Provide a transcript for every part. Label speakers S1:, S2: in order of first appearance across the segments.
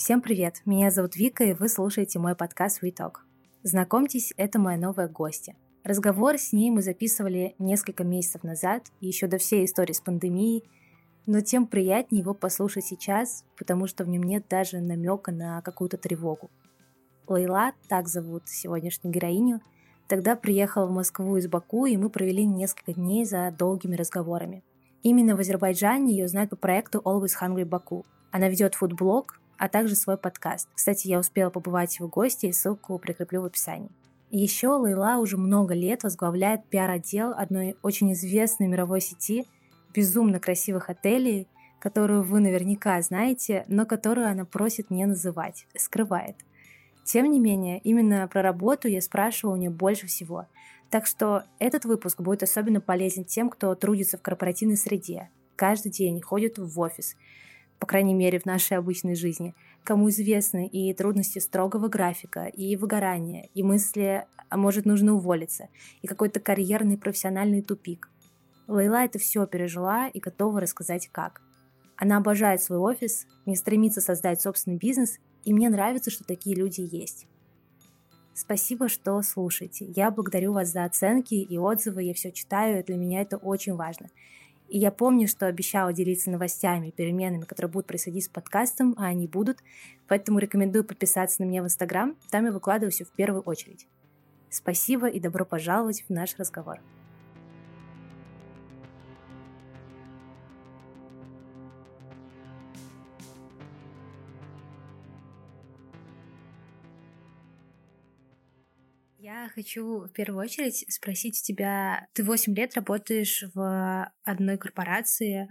S1: Всем привет, меня зовут Вика, и вы слушаете мой подкаст WeTalk. Знакомьтесь, это моя новая гостья. Разговор с ней мы записывали несколько месяцев назад, еще до всей истории с пандемией, но тем приятнее его послушать сейчас, потому что в нем нет даже намека на какую-то тревогу. Лейла, так зовут сегодняшнюю героиню, тогда приехала в Москву из Баку, и мы провели несколько дней за долгими разговорами. Именно в Азербайджане ее знают по проекту Always Hungry Baku. Она ведет фудблог, а также свой подкаст. Кстати, я успела побывать в его гости, и ссылку прикреплю в описании. Еще Лейла уже много лет возглавляет пиар-отдел одной очень известной мировой сети безумно красивых отелей, которую вы наверняка знаете, но которую она просит не называть, скрывает. Тем не менее, именно про работу я спрашивала у нее больше всего. Так что этот выпуск будет особенно полезен тем, кто трудится в корпоративной среде, каждый день ходит в офис, по крайней мере в нашей обычной жизни, кому известны и трудности строгого графика, и выгорание, и мысли, а может нужно уволиться, и какой-то карьерный профессиональный тупик. Лейла это все пережила и готова рассказать как. Она обожает свой офис, не стремится создать собственный бизнес, и мне нравится, что такие люди есть. Спасибо, что слушаете. Я благодарю вас за оценки и отзывы, я все читаю, и для меня это очень важно. И я помню, что обещала делиться новостями, переменами, которые будут происходить с подкастом, а они будут, поэтому рекомендую подписаться на меня в Инстаграм, там я выкладываю все в первую очередь. Спасибо и добро пожаловать в наш разговор. Я хочу в первую очередь спросить у тебя, ты 8 лет работаешь в одной корпорации,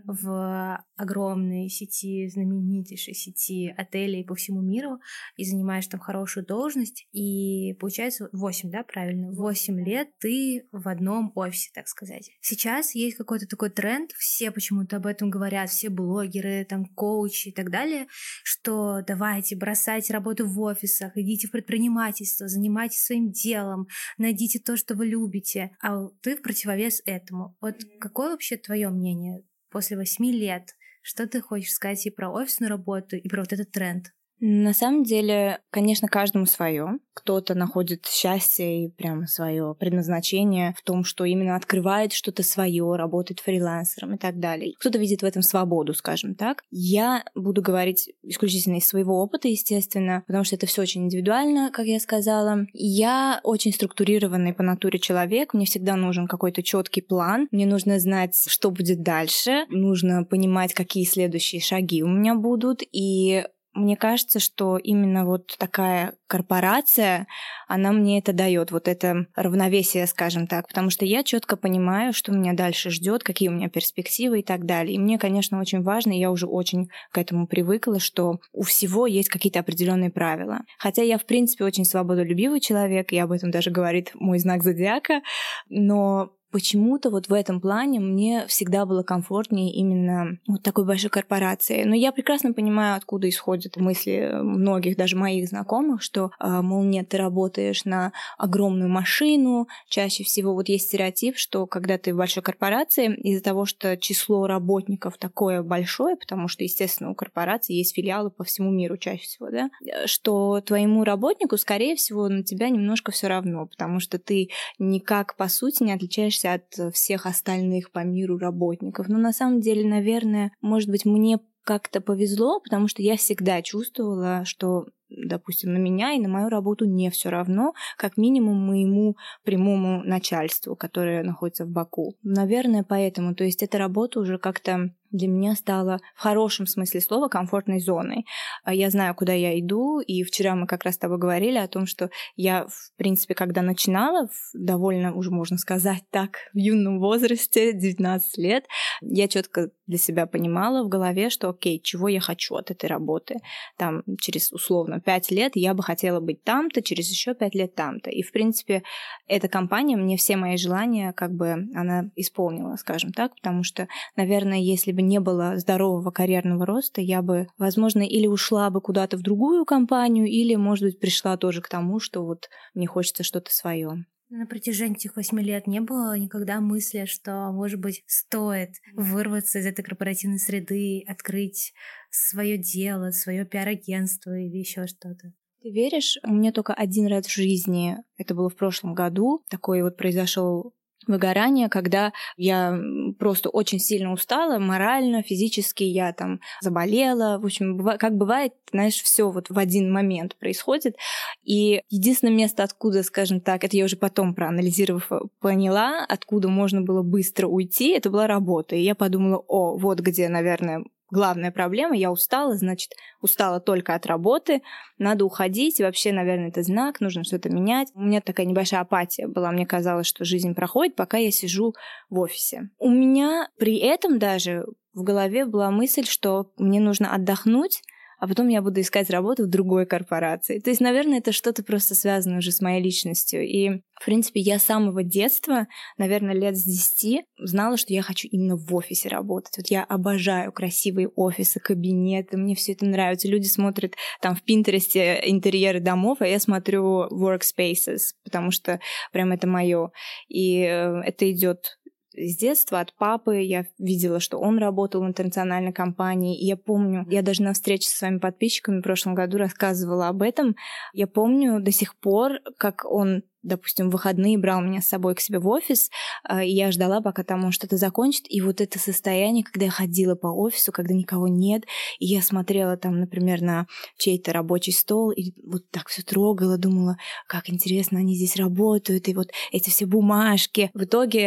S1: в огромной сети, знаменитейшей сети отелей по всему миру, и занимаешь там хорошую должность, и получается 8, да, правильно? 8 лет ты в одном офисе, так сказать. Сейчас есть какой-то такой тренд, все почему-то об этом говорят, все блогеры, там, коучи и так далее, что давайте, бросайте работу в офисах, идите в предпринимательство, занимайтесь своим делом, найдите то, что вы любите, а ты в противовес этому. Вот какое вообще твое мнение после 8 лет? Что ты хочешь сказать и про офисную работу, и про вот этот тренд?
S2: На самом деле, конечно, каждому свое. Кто-то находит счастье и прям свое предназначение в том, что именно открывает что-то свое, работает фрилансером и так далее. Кто-то видит в этом свободу, скажем так. Я буду говорить исключительно из своего опыта, естественно, потому что это все очень индивидуально, как я сказала. Я очень структурированный по натуре человек. Мне всегда нужен какой-то четкий план. Мне нужно знать, что будет дальше. Нужно понимать, какие следующие шаги у меня будут. И мне кажется, что именно вот такая корпорация, она мне это дает, вот это равновесие, скажем так, потому что я четко понимаю, что меня дальше ждет, какие у меня перспективы и так далее. И мне, конечно, очень важно, и я уже очень к этому привыкла, что у всего есть какие-то определенные правила. Хотя я, в принципе, очень свободолюбивый человек, и об этом даже говорит мой знак зодиака, но почему-то вот в этом плане мне всегда было комфортнее именно вот такой большой корпорации. Но я прекрасно понимаю, откуда исходят мысли многих, даже моих знакомых, что, мол, нет, ты работаешь на огромную машину. Чаще всего вот есть стереотип, что когда ты в большой корпорации, из-за того, что число работников такое большое, потому что, естественно, у корпорации есть филиалы по всему миру чаще всего, да, что твоему работнику, скорее всего, на тебя немножко все равно, потому что ты никак, по сути, не отличаешься от всех остальных по миру работников. Но на самом деле, наверное, может быть, мне как-то повезло, потому что я всегда чувствовала, что, допустим, на меня и на мою работу не все равно, как минимум моему прямому начальству, которое находится в Баку. Наверное, поэтому. То есть эта работа уже как-то для меня стала в хорошем смысле слова комфортной зоной. Я знаю, куда я иду, и вчера мы как раз с тобой говорили о том, что я, в принципе, когда начинала, довольно, уже можно сказать так, в юном возрасте, 19 лет, я четко для себя понимала в голове, что окей, чего я хочу от этой работы. Там через, условно, 5 лет я бы хотела быть там-то, через еще 5 лет там-то. И, в принципе, эта компания мне все мои желания как бы она исполнила, скажем так, потому что, наверное, если бы не было здорового карьерного роста, я бы, возможно, или ушла бы куда-то в другую компанию, или, может быть, пришла тоже к тому, что вот мне хочется что-то свое.
S1: На протяжении этих 8 лет не было никогда мысли, что, может быть, стоит вырваться из этой корпоративной среды, открыть свое дело, свое пиар-агентство или еще что-то?
S2: Ты веришь, у меня только один раз в жизни, это было в прошлом году, такой вот произошел выгорание, когда я просто очень сильно устала, морально, физически я там заболела. В общем, как бывает, знаешь, все вот в один момент происходит. И единственное место, откуда, скажем так, это я уже потом проанализировав поняла, откуда можно было быстро уйти, это была работа. И я подумала, вот где, наверное, главная проблема, я устала, значит, устала только от работы, надо уходить, и вообще, наверное, это знак, нужно что-то менять. У меня такая небольшая апатия была, мне казалось, что жизнь проходит, пока я сижу в офисе. У меня при этом даже в голове была мысль, что мне нужно отдохнуть, а потом я буду искать работу в другой корпорации. То есть, наверное, это что-то просто связано уже с моей личностью. И, в принципе, я с самого детства, наверное, лет с 10, знала, что я хочу именно в офисе работать. Вот я обожаю красивые офисы, кабинеты, мне все это нравится. Люди смотрят там в Пинтересте интерьеры домов, а я смотрю workspaces, потому что прям это мое. И это идет с детства от папы. Я видела, что он работал в интернациональной компании. И я помню, я даже на встрече со своими подписчиками в прошлом году рассказывала об этом. Я помню до сих пор, как он, допустим, в выходные брал меня с собой к себе в офис, и я ждала, пока там он что-то закончит. И вот это состояние, когда я ходила по офису, когда никого нет, и я смотрела там, например, на чей-то рабочий стол, и вот так все трогала, думала, как интересно они здесь работают, и вот эти все бумажки. В итоге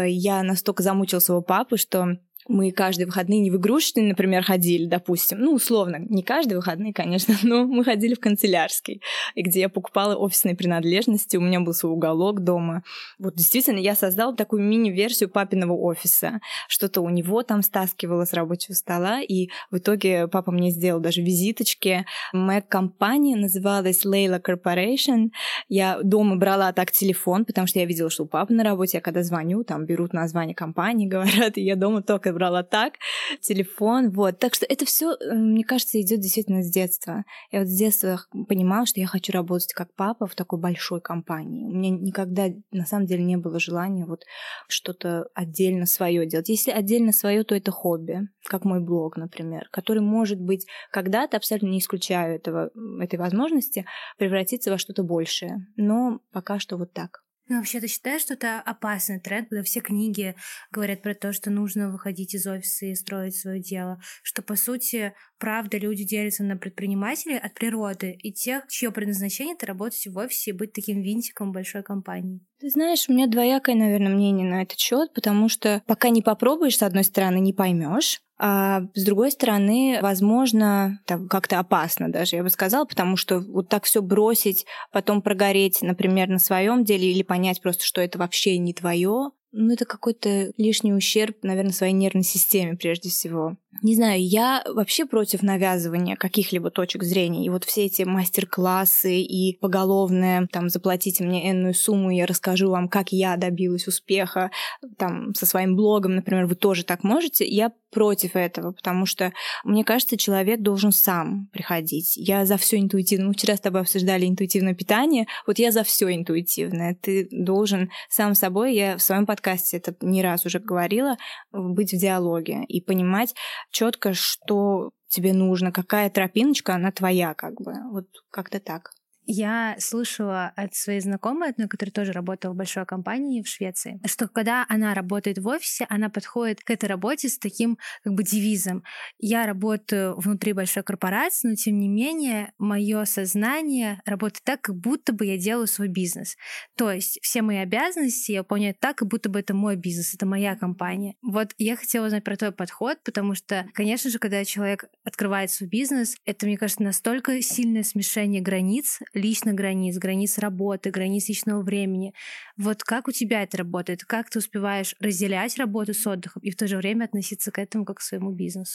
S2: я настолько замучила своего папы, что мы каждые выходные не в игрушечный, например, ходили, допустим. Ну, условно, не каждые выходные, конечно, но мы ходили в канцелярский, и где я покупала офисные принадлежности, у меня был свой уголок дома. Вот действительно, я создала такую мини-версию папиного офиса. Что-то у него там стаскивала с рабочего стола, и в итоге папа мне сделал даже визиточки. Моя компания называлась Layla Corporation. Я дома брала так телефон, потому что я видела, что у папы на работе, я когда звоню, там берут название компании, говорят, и я дома только брала так, телефон, вот. Так что это все, мне кажется, идет действительно с детства. Я вот с детства понимала, что я хочу работать как папа в такой большой компании. У меня никогда, на самом деле, не было желания вот что-то отдельно свое делать. Если отдельно свое, то это хобби, как мой блог, например, который, может быть, когда-то, абсолютно не исключаю этой возможности, превратиться во что-то большее. Но пока что вот так.
S1: Ну, вообще, ты считаешь, что это опасный тренд, когда все книги говорят про то, что нужно выходить из офиса и строить свое дело, что, по сути, правда, люди делятся на предпринимателей от природы и тех, чье предназначение — это работать в офисе и быть таким винтиком большой компании?
S2: Ты знаешь, у меня двоякое, наверное, мнение на этот счет, потому что пока не попробуешь, с одной стороны, не поймешь, а с другой стороны, возможно, там как-то опасно даже, я бы сказала, потому что вот так все бросить, потом прогореть, например, на своем деле или понять просто, что это вообще не твое, ну, это какой-то лишний ущерб, наверное, своей нервной системе прежде всего. Не знаю, я вообще против навязывания каких-либо точек зрения. И вот все эти мастер-классы и поголовное, там, заплатите мне энную сумму, я расскажу вам, как я добилась успеха, там, со своим блогом, например, вы тоже так можете. Я против этого, потому что, мне кажется, человек должен сам приходить. Я за все интуитивно. Мы вчера с тобой обсуждали интуитивное питание. Вот я за все интуитивное. Ты должен сам собой, я в своем подкасте это не раз уже говорила, быть в диалоге и понимать четко, что тебе нужно, какая тропиночка, она твоя, как бы. Вот как-то так.
S1: Я слышала от своей знакомой одной, которая тоже работала в большой компании в Швеции, что когда она работает в офисе, она подходит к этой работе с таким как бы девизом. Я работаю внутри большой корпорации, но тем не менее мое сознание работает так, как будто бы я делаю свой бизнес. То есть все мои обязанности я выполняю так, как будто бы это мой бизнес, это моя компания. Вот я хотела узнать про твой подход, потому что, конечно же, когда человек открывает свой бизнес, это, мне кажется, настолько сильное смешение границ, личных границ, границ работы, границ личного времени. Вот как у тебя это работает? Как ты успеваешь разделять работу с отдыхом и в то же время относиться к этому как к своему бизнесу?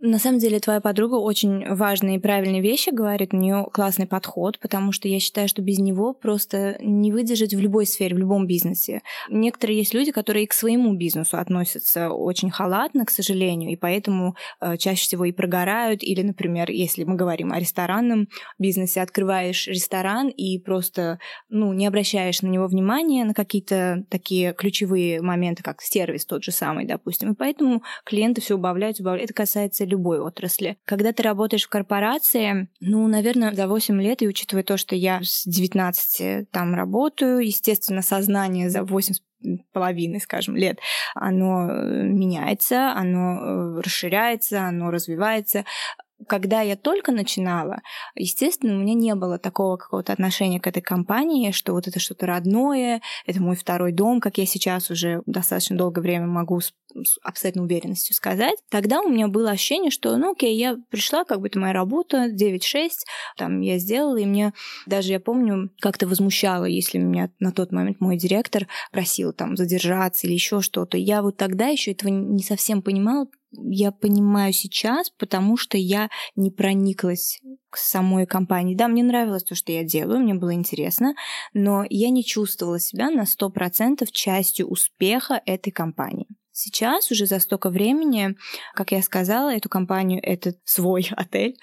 S2: На самом деле, твоя подруга очень важные и правильные вещи говорит, у нее классный подход, потому что я считаю, что без него просто не выдержать в любой сфере, в любом бизнесе. Некоторые есть люди, которые и к своему бизнесу относятся очень халатно, к сожалению, и поэтому чаще всего и прогорают. Или, например, если мы говорим о ресторанном бизнесе, открываешь ресторан и просто не обращаешь на него внимания, на какие-то такие ключевые моменты, как сервис тот же самый, допустим, и поэтому клиенты все убавляют. Это касается любой отрасли. Когда ты работаешь в корпорации, наверное, за 8 лет, и учитывая то, что я с 19 там работаю, естественно, сознание за 8,5, скажем, лет, оно меняется, оно расширяется, оно развивается. Когда я только начинала, естественно, у меня не было такого какого-то отношения к этой компании, что вот это что-то родное, это мой второй дом, как я сейчас уже достаточно долгое время могу с абсолютной уверенностью сказать. Тогда у меня было ощущение, что, окей, я пришла, как бы это моя работа, 9-6, там я сделала, и мне даже, я помню, как-то возмущало, если меня на тот момент мой директор просил там задержаться или еще что-то. Я вот тогда еще этого не совсем понимала. Я понимаю сейчас, потому что я не прониклась к самой компании. Да, мне нравилось то, что я делаю, мне было интересно, но я не чувствовала себя на 100% частью успеха этой компании. Сейчас уже за столько времени, как я сказала, эту компанию, этот свой отель,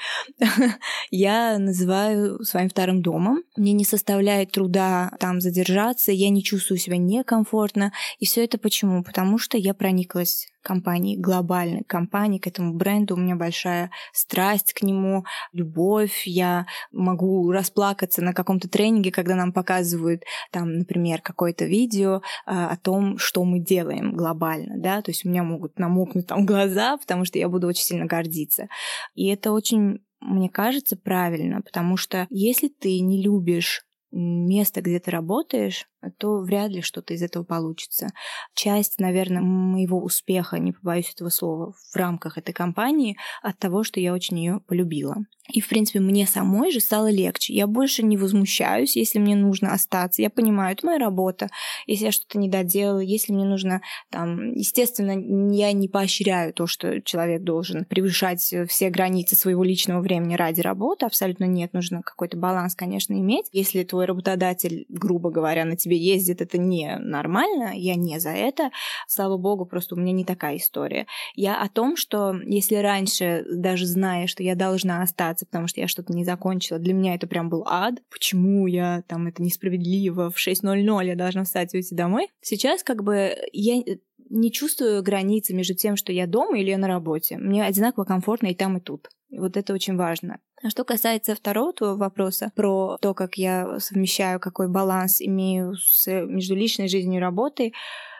S2: я называю своим вторым домом. Мне не составляет труда там задержаться, я не чувствую себя некомфортно. И все это почему? Потому что я прониклась компании, глобальной компании, к этому бренду. У меня большая страсть к нему, любовь. Я могу расплакаться на каком-то тренинге, когда нам показывают, там, например, какое-то видео о том, что мы делаем глобально, да, то есть у меня могут намокнуть там глаза, потому что я буду очень сильно гордиться. И это очень, мне кажется, правильно, потому что если ты не любишь место, где ты работаешь, то вряд ли что-то из этого получится. Часть, наверное, моего успеха, не побоюсь этого слова, в рамках этой компании от того, что я очень ее полюбила. И, в принципе, мне самой же стало легче. Я больше не возмущаюсь, если мне нужно остаться. Я понимаю, это моя работа. Если я что-то не доделала, если мне нужно там... Естественно, я не поощряю то, что человек должен превышать все границы своего личного времени ради работы. Абсолютно нет. Нужно какой-то баланс, конечно, иметь. Если твой работодатель, грубо говоря, на тебе ездит, это не нормально. Я не за это. Слава богу, просто у меня не такая история. Я о том, что если раньше, даже зная, что я должна остаться, потому что я что-то не закончила. Для меня это прям был ад. Почему я там, это несправедливо, в 6:00 я должна встать и уйти домой? Сейчас как бы я не чувствую границы между тем, что я дома или я на работе. Мне одинаково комфортно и там, и тут. И вот это очень важно. А что касается второго твоего вопроса про то, как я совмещаю, какой баланс имею между личной жизнью и работой,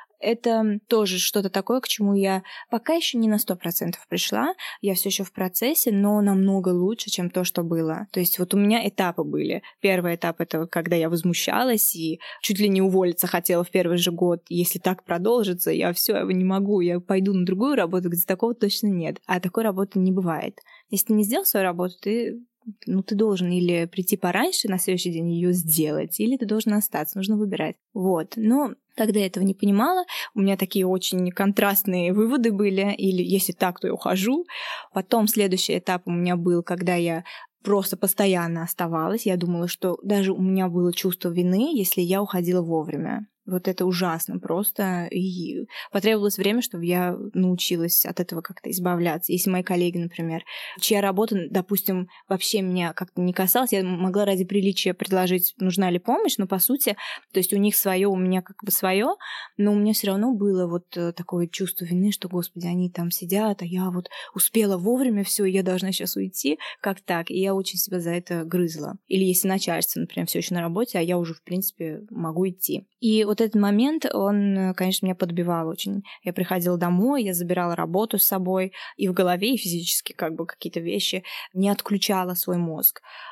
S2: это тоже что-то такое, к чему я пока еще не на 100% пришла. Я все еще в процессе, но намного лучше, чем то, что было. То есть вот у меня этапы были. Первый этап — это когда я возмущалась и чуть ли не уволиться хотела в первый же год. Если так продолжится, я не могу, я пойду на другую работу, где такого точно нет. А такой работы не бывает. Если ты не сделал свою работу, ты должен или прийти пораньше, на следующий день ее сделать, или ты должен остаться, нужно выбирать. Вот. Но тогда я этого не понимала. У меня такие очень контрастные выводы были. Или если так, то я ухожу. Потом следующий этап у меня был, когда я просто постоянно оставалась. Я думала, что даже у меня было чувство вины, если я уходила вовремя. Вот это ужасно просто. И потребовалось время, чтобы я научилась от этого как-то избавляться. Если мои коллеги, например, чья работа, допустим, вообще меня как-то не касалась, я могла ради приличия предложить, нужна ли помощь, но по сути, то есть у них свое, у меня как бы свое, но у меня все равно было вот такое чувство вины, что, господи, они там сидят, а я вот успела вовремя, все, я должна сейчас уйти, как так? И я очень себя за это грызла. Или если начальство, например, все еще на работе, а я уже, в принципе, могу идти. И вот этот момент, он, конечно, меня подбивал очень. Я приходила домой, я забирала работу с собой и в голове, и физически как бы какие-то вещи, не отключала свой мозг.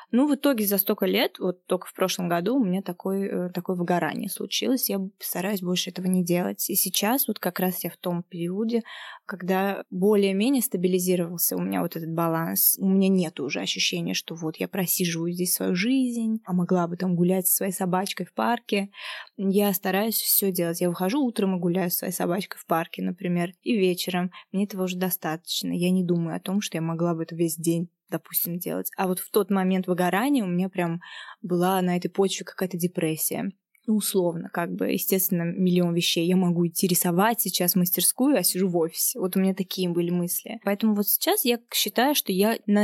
S2: Ну, в итоге за столько лет, вот только в прошлом году у меня такое выгорание случилось. Я стараюсь больше этого не делать. И сейчас вот как раз я в том периоде, когда более-менее стабилизировался у меня вот этот баланс. У меня нет уже ощущения, что вот я просиживаю здесь свою жизнь, а могла бы там гулять со своей собачкой в парке. Я стараюсь все делать. Я выхожу утром и гуляю со своей собачкой в парке, например, и вечером. Мне этого уже достаточно. Я не думаю о том, что я могла бы это весь день, допустим, делать. А вот в тот момент выгорания у меня прям была на этой почве какая-то депрессия. Ну, условно, как бы, естественно, миллион вещей. Я могу идти рисовать сейчас в мастерскую, а сижу в офисе. Вот у меня такие были мысли. Поэтому вот сейчас я считаю, что я на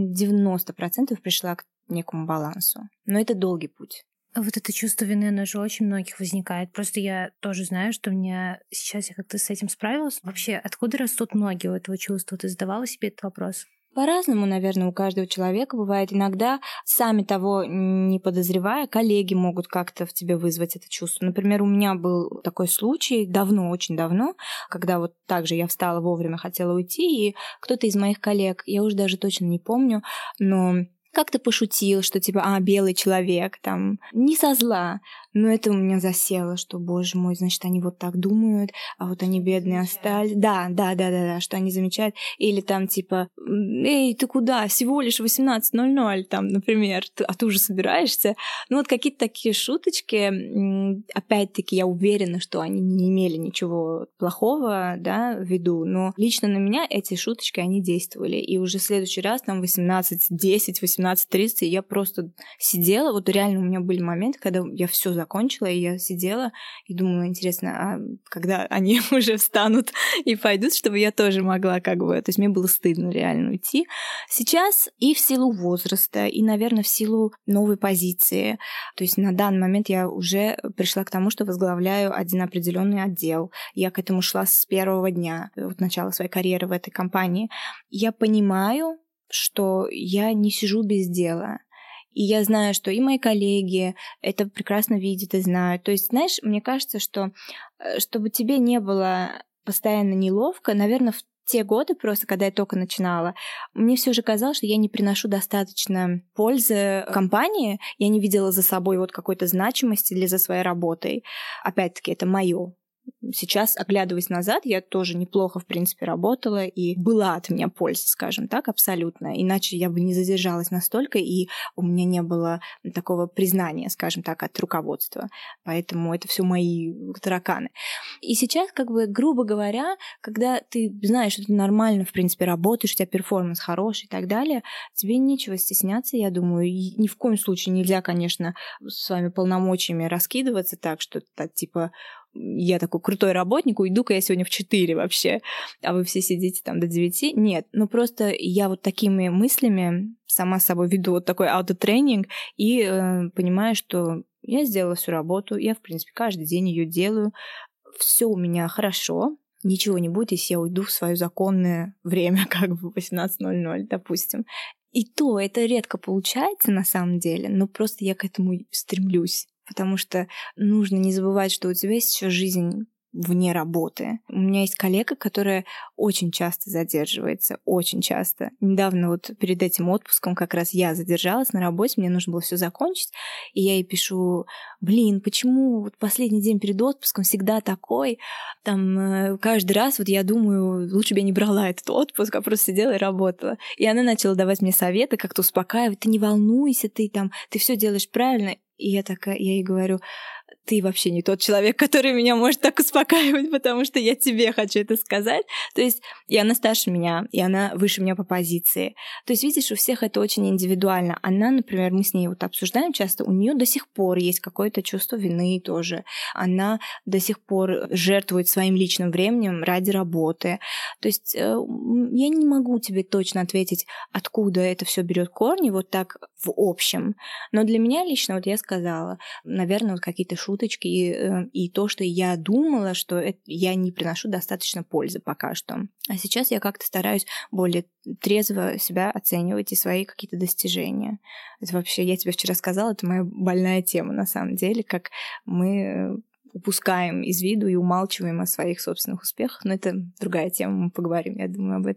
S2: 90% пришла к некому балансу. Но это долгий путь.
S1: Вот это чувство вины, оно же очень многих возникает. Просто я тоже знаю, что у меня сейчас я как-то с этим справилась. Вообще, откуда растут ноги у этого чувства? Ты задавала себе этот вопрос?
S2: По-разному, наверное, у каждого человека бывает. Иногда, сами того не подозревая, коллеги могут как-то в тебе вызвать это чувство. Например, у меня был такой случай давно, очень давно, когда вот так же я встала вовремя, хотела уйти, и кто-то из моих коллег, я уже даже точно не помню, но как-то пошутил, что типа, белый человек, там, не со зла. Но это у меня засело, что, боже мой, значит, они вот так думают, а вот они бедные остались. Да, что они замечают. Или там типа, эй, ты куда? Всего лишь 18:00, там, например, а ты уже собираешься? Ну вот какие-то такие шуточки. Опять-таки, я уверена, что они не имели ничего плохого, да, в виду, но лично на меня эти шуточки, они действовали. И уже в следующий раз, там, 18:10, 18:30, я просто сидела, вот реально у меня были моменты, когда я все закончила, и я сидела и думала, интересно, а когда они уже встанут и пойдут, чтобы я тоже могла как бы... То есть мне было стыдно реально уйти. Сейчас и в силу возраста, и, наверное, в силу новой позиции. То есть на данный момент я уже пришла к тому, что возглавляю один определенный отдел. Я к этому шла с первого дня, вот начала своей карьеры в этой компании. Я понимаю, что я не сижу без дела. И я знаю, что и мои коллеги это прекрасно видят и знают. То есть, знаешь, мне кажется, что чтобы тебе не было постоянно неловко, наверное, в те годы просто, когда я только начинала, мне все же казалось, что я не приношу достаточно пользы компании, я не видела за собой вот какой-то значимости или за своей работой. Опять-таки, это моё. Сейчас, оглядываясь назад, я тоже неплохо, в принципе, работала, и была от меня польза, скажем так, абсолютно. Иначе я бы не задержалась настолько, и у меня не было такого признания, скажем так, от руководства. Поэтому это все мои тараканы. И сейчас, как бы, грубо говоря, когда ты знаешь, что ты нормально, в принципе, работаешь, у тебя перформанс хороший и так далее, тебе нечего стесняться, я думаю. И ни в коем случае нельзя, конечно, с вами полномочиями раскидываться так, что типа я такой крутой работник, уйду-ка я сегодня в 4 вообще, а вы все сидите там до 9. Нет, ну просто я вот такими мыслями сама с собой веду вот такой аутотренинг и понимаю, что я сделала всю работу, я, в принципе, каждый день ее делаю, все у меня хорошо, ничего не будет, если я уйду в свое законное время, как бы 18:00, допустим. И то это редко получается на самом деле, но просто я к этому стремлюсь. Потому что нужно не забывать, что у тебя есть еще жизнь вне работы. У меня есть коллега, которая очень часто задерживается, очень часто. Недавно вот перед этим отпуском как раз я задержалась на работе, мне нужно было все закончить, и я ей пишу, почему вот последний день перед отпуском всегда такой, там каждый раз вот я думаю, лучше бы я не брала этот отпуск, а просто сидела и работала. И она начала давать мне советы, как-то успокаивать, ты не волнуйся, ты все делаешь правильно. И я ей говорю, ты вообще не тот человек, который меня может так успокаивать, потому что я тебе хочу это сказать. То есть и она старше меня, и она выше меня по позиции. То есть, видишь, у всех это очень индивидуально. Она, например, мы с ней вот обсуждаем часто, у нее до сих пор есть какое-то чувство вины тоже. Она до сих пор жертвует своим личным временем ради работы. То есть я не могу тебе точно ответить, откуда это все берет корни, вот так в общем. Но для меня лично, вот я сказала, наверное, вот какие-то шуточки и то, что я думала, что я не приношу достаточно пользы пока что. А сейчас я как-то стараюсь более трезво себя оценивать и свои какие-то достижения. Это вообще, я тебе вчера сказала, это моя больная тема на самом деле, как мы упускаем из виду и умалчиваем о своих собственных успехах. Но это другая тема, мы поговорим, я думаю, об этом.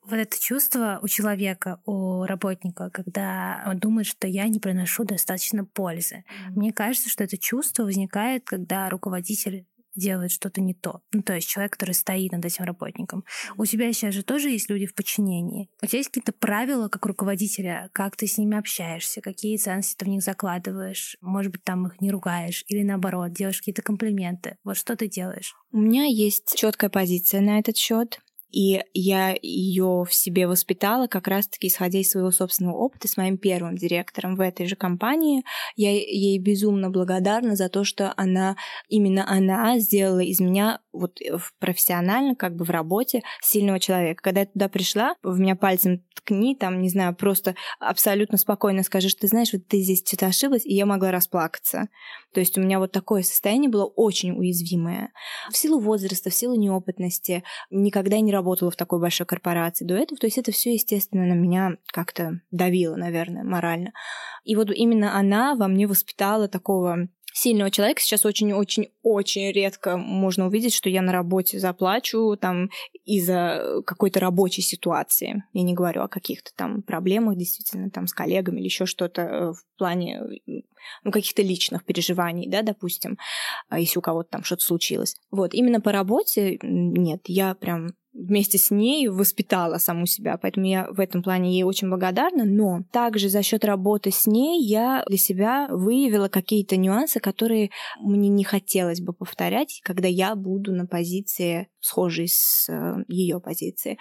S1: Вот это чувство у человека, у работника, когда он думает, что я не приношу достаточно пользы. Мне кажется, что это чувство возникает, когда руководитель делает что-то не то. Ну, то есть человек, который стоит над этим работником. У тебя сейчас же тоже есть люди в подчинении. У тебя есть какие-то правила как руководителя, как ты с ними общаешься, какие ценности ты в них закладываешь, может быть, там их не ругаешь, или наоборот, делаешь какие-то комплименты. Вот что ты делаешь?
S2: У меня есть четкая позиция на этот счет. И я ее в себе воспитала как раз-таки исходя из своего собственного опыта с моим первым директором в этой же компании. Я ей безумно благодарна за то, что именно она сделала из меня вот профессионально, как бы в работе, сильного человека. Когда я туда пришла, в меня пальцем ткни, там, не знаю, просто абсолютно спокойно скажешь, ты знаешь, вот ты здесь что-то ошиблась, и я могла расплакаться. То есть у меня вот такое состояние было очень уязвимое. В силу возраста, в силу неопытности, никогда не работала в такой большой корпорации до этого, то есть это все, естественно, на меня как-то давило, наверное, морально. И вот именно она во мне воспитала такого сильного человека. Сейчас очень-очень-очень редко можно увидеть, что я на работе заплачу там из-за какой-то рабочей ситуации. Я не говорю о каких-то там проблемах действительно там с коллегами или еще что-то в плане каких-то личных переживаний, да, допустим, если у кого-то там что-то случилось. Вот, именно по работе нет, я прям вместе с ней воспитала саму себя, поэтому я в этом плане ей очень благодарна, но также за счет работы с ней я для себя выявила какие-то нюансы, которые мне не хотелось бы повторять, когда я буду на позиции, схожей с ее позицией.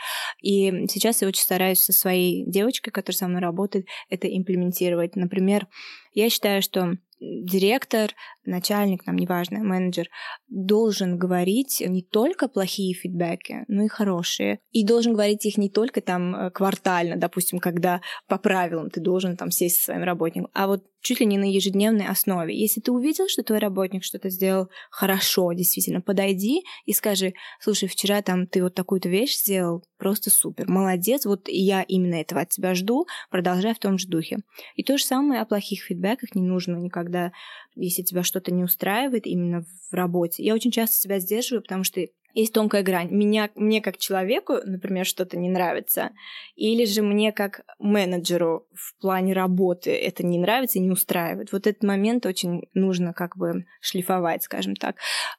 S2: И сейчас я очень стараюсь со своей девочкой, которая со мной работает, это имплементировать. Например, я считаю, что директор, начальник, там, неважно, менеджер, должен говорить не только плохие фидбэки, но и хорошие. И должен говорить их не только там квартально, допустим, когда по правилам ты должен там сесть со своим работником, а вот чуть ли не на ежедневной основе. Если ты увидел, что твой работник что-то сделал хорошо, действительно, подойди и скажи, слушай, вчера там ты вот такую-то вещь сделал, просто супер, молодец, вот я именно этого от тебя жду, продолжай в том же духе. И то же самое о плохих фидбэках не нужно никогда, если тебя что-то не устраивает именно в работе. Я очень часто себя сдерживаю, потому что есть тонкая грань. Мне как человеку, например, что-то не нравится, или же мне как менеджеру в плане работы это не нравится и не устраивает. Вот этот момент очень нужно как бы шлифовать, скажем так.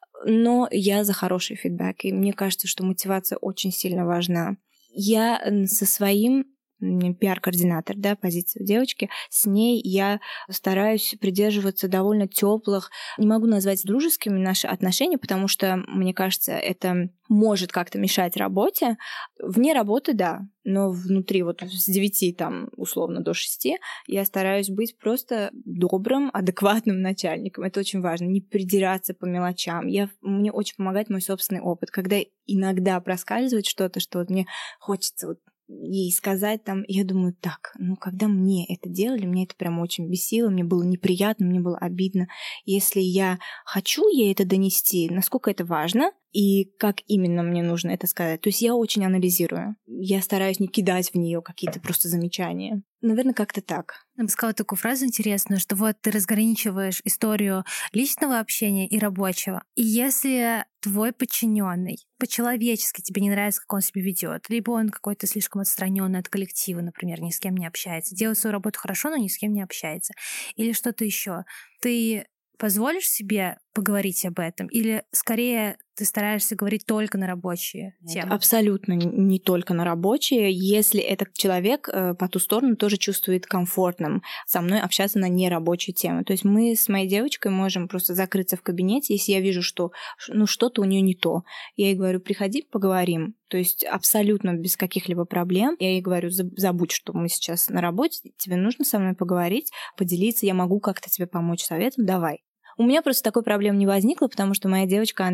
S2: Но я за хороший фидбэк, и мне кажется, что мотивация очень сильно важна. Я со своим пиар-координатор, да, позиция девочки, с ней я стараюсь придерживаться довольно теплых, не могу назвать дружескими наши отношения, потому что, мне кажется, это может как-то мешать работе. Вне работы, да, но внутри вот с 9 там условно до 6 я стараюсь быть просто добрым, адекватным начальником. Это очень важно, не придираться по мелочам. Мне очень помогает мой собственный опыт, когда иногда проскальзывает что-то, что вот мне хочется вот ей сказать там, я думаю, так, когда мне это делали, мне это прям очень бесило, мне было неприятно, мне было обидно. Если я хочу ей это донести, насколько это важно, и как именно мне нужно это сказать. То есть я очень анализирую. Я стараюсь не кидать в нее какие-то просто замечания. Наверное, как-то так.
S1: Я бы сказала такую фразу интересную, что вот ты разграничиваешь историю личного общения и рабочего. И если твой подчиненный по-человечески тебе не нравится, как он себя ведет, либо он какой-то слишком отстраненный от коллектива, например, ни с кем не общается, делает свою работу хорошо, но ни с кем не общается, или что-то еще, ты позволишь себе поговорить об этом? Или скорее ты стараешься говорить только на рабочие темы?
S2: Абсолютно не только на рабочие. Если этот человек по ту сторону тоже чувствует комфортным со мной общаться на нерабочие темы. То есть мы с моей девочкой можем просто закрыться в кабинете, если я вижу, что что-то у нее не то. Я ей говорю, приходи, поговорим. То есть абсолютно без каких-либо проблем. Я ей говорю, забудь, что мы сейчас на работе, тебе нужно со мной поговорить, поделиться, я могу как-то тебе помочь советом, давай. У меня просто такой проблемы не возникло, потому что моя девочка,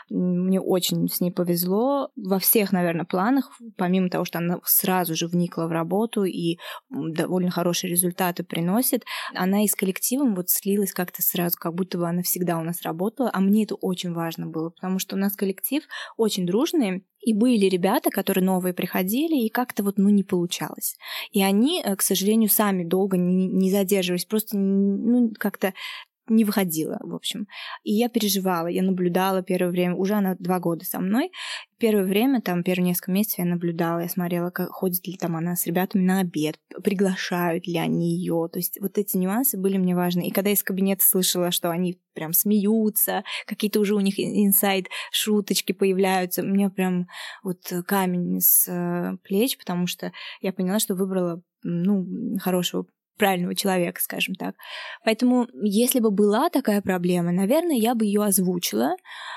S2: мне очень с ней повезло во всех, наверное, планах, помимо того, что она сразу же вникла в работу и довольно хорошие результаты приносит, она и с коллективом вот слилась как-то сразу, как будто бы она всегда у нас работала, а мне это очень важно было, потому что у нас коллектив очень дружный, и были ребята, которые новые приходили, и как-то вот, не получалось. И они, к сожалению, сами долго не задерживались, просто, как-то не выходила, в общем. И я переживала, я наблюдала первое время, уже она 2 года со мной. Первое время, там, первые несколько месяцев я наблюдала, я смотрела, как ходит ли там она с ребятами на обед, приглашают ли они ее. То есть вот эти нюансы были мне важны. И когда я из кабинета слышала, что они прям смеются, какие-то уже у них инсайд-шуточки появляются, у меня прям вот камень с плеч, потому что я поняла, что выбрала, хорошего, правильного человека, скажем так. Поэтому, если бы была такая проблема, наверное, я бы ее озвучила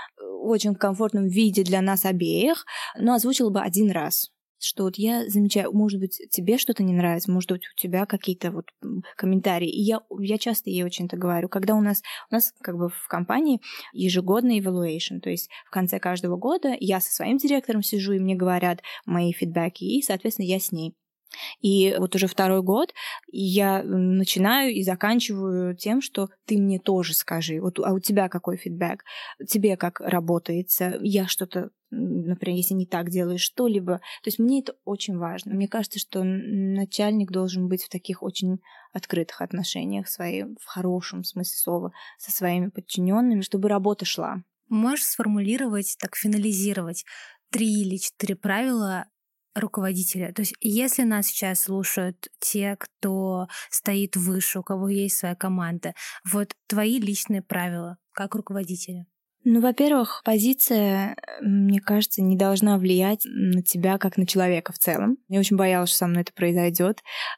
S2: в очень комфортном виде для нас обеих, но озвучила бы 1 раз. Что вот я замечаю, может быть, тебе что-то не нравится, может быть, у тебя какие-то вот комментарии. И я часто ей очень это говорю. Когда у нас как бы в компании ежегодный evaluation, то есть в конце каждого года я со своим директором сижу, и мне говорят мои фидбэки, и, соответственно, я с ней. И вот уже 2-й год я начинаю и заканчиваю тем, что ты мне тоже скажи, вот, а у тебя какой фидбэк, тебе как работается, я что-то, например, если не так делаю что-либо. То есть мне это очень важно. Мне кажется, что начальник должен быть в таких очень открытых отношениях в хорошем смысле слова, со своими подчиненными, чтобы работа шла.
S1: Можешь сформулировать, так финализировать 3 или 4 правила руководителя. То есть если нас сейчас слушают те, кто стоит выше, у кого есть своя команда, вот твои личные правила как руководителя.
S2: Во-первых, позиция, мне кажется, не должна влиять на тебя как на человека в целом. Я очень боялась, что со мной это произойдет.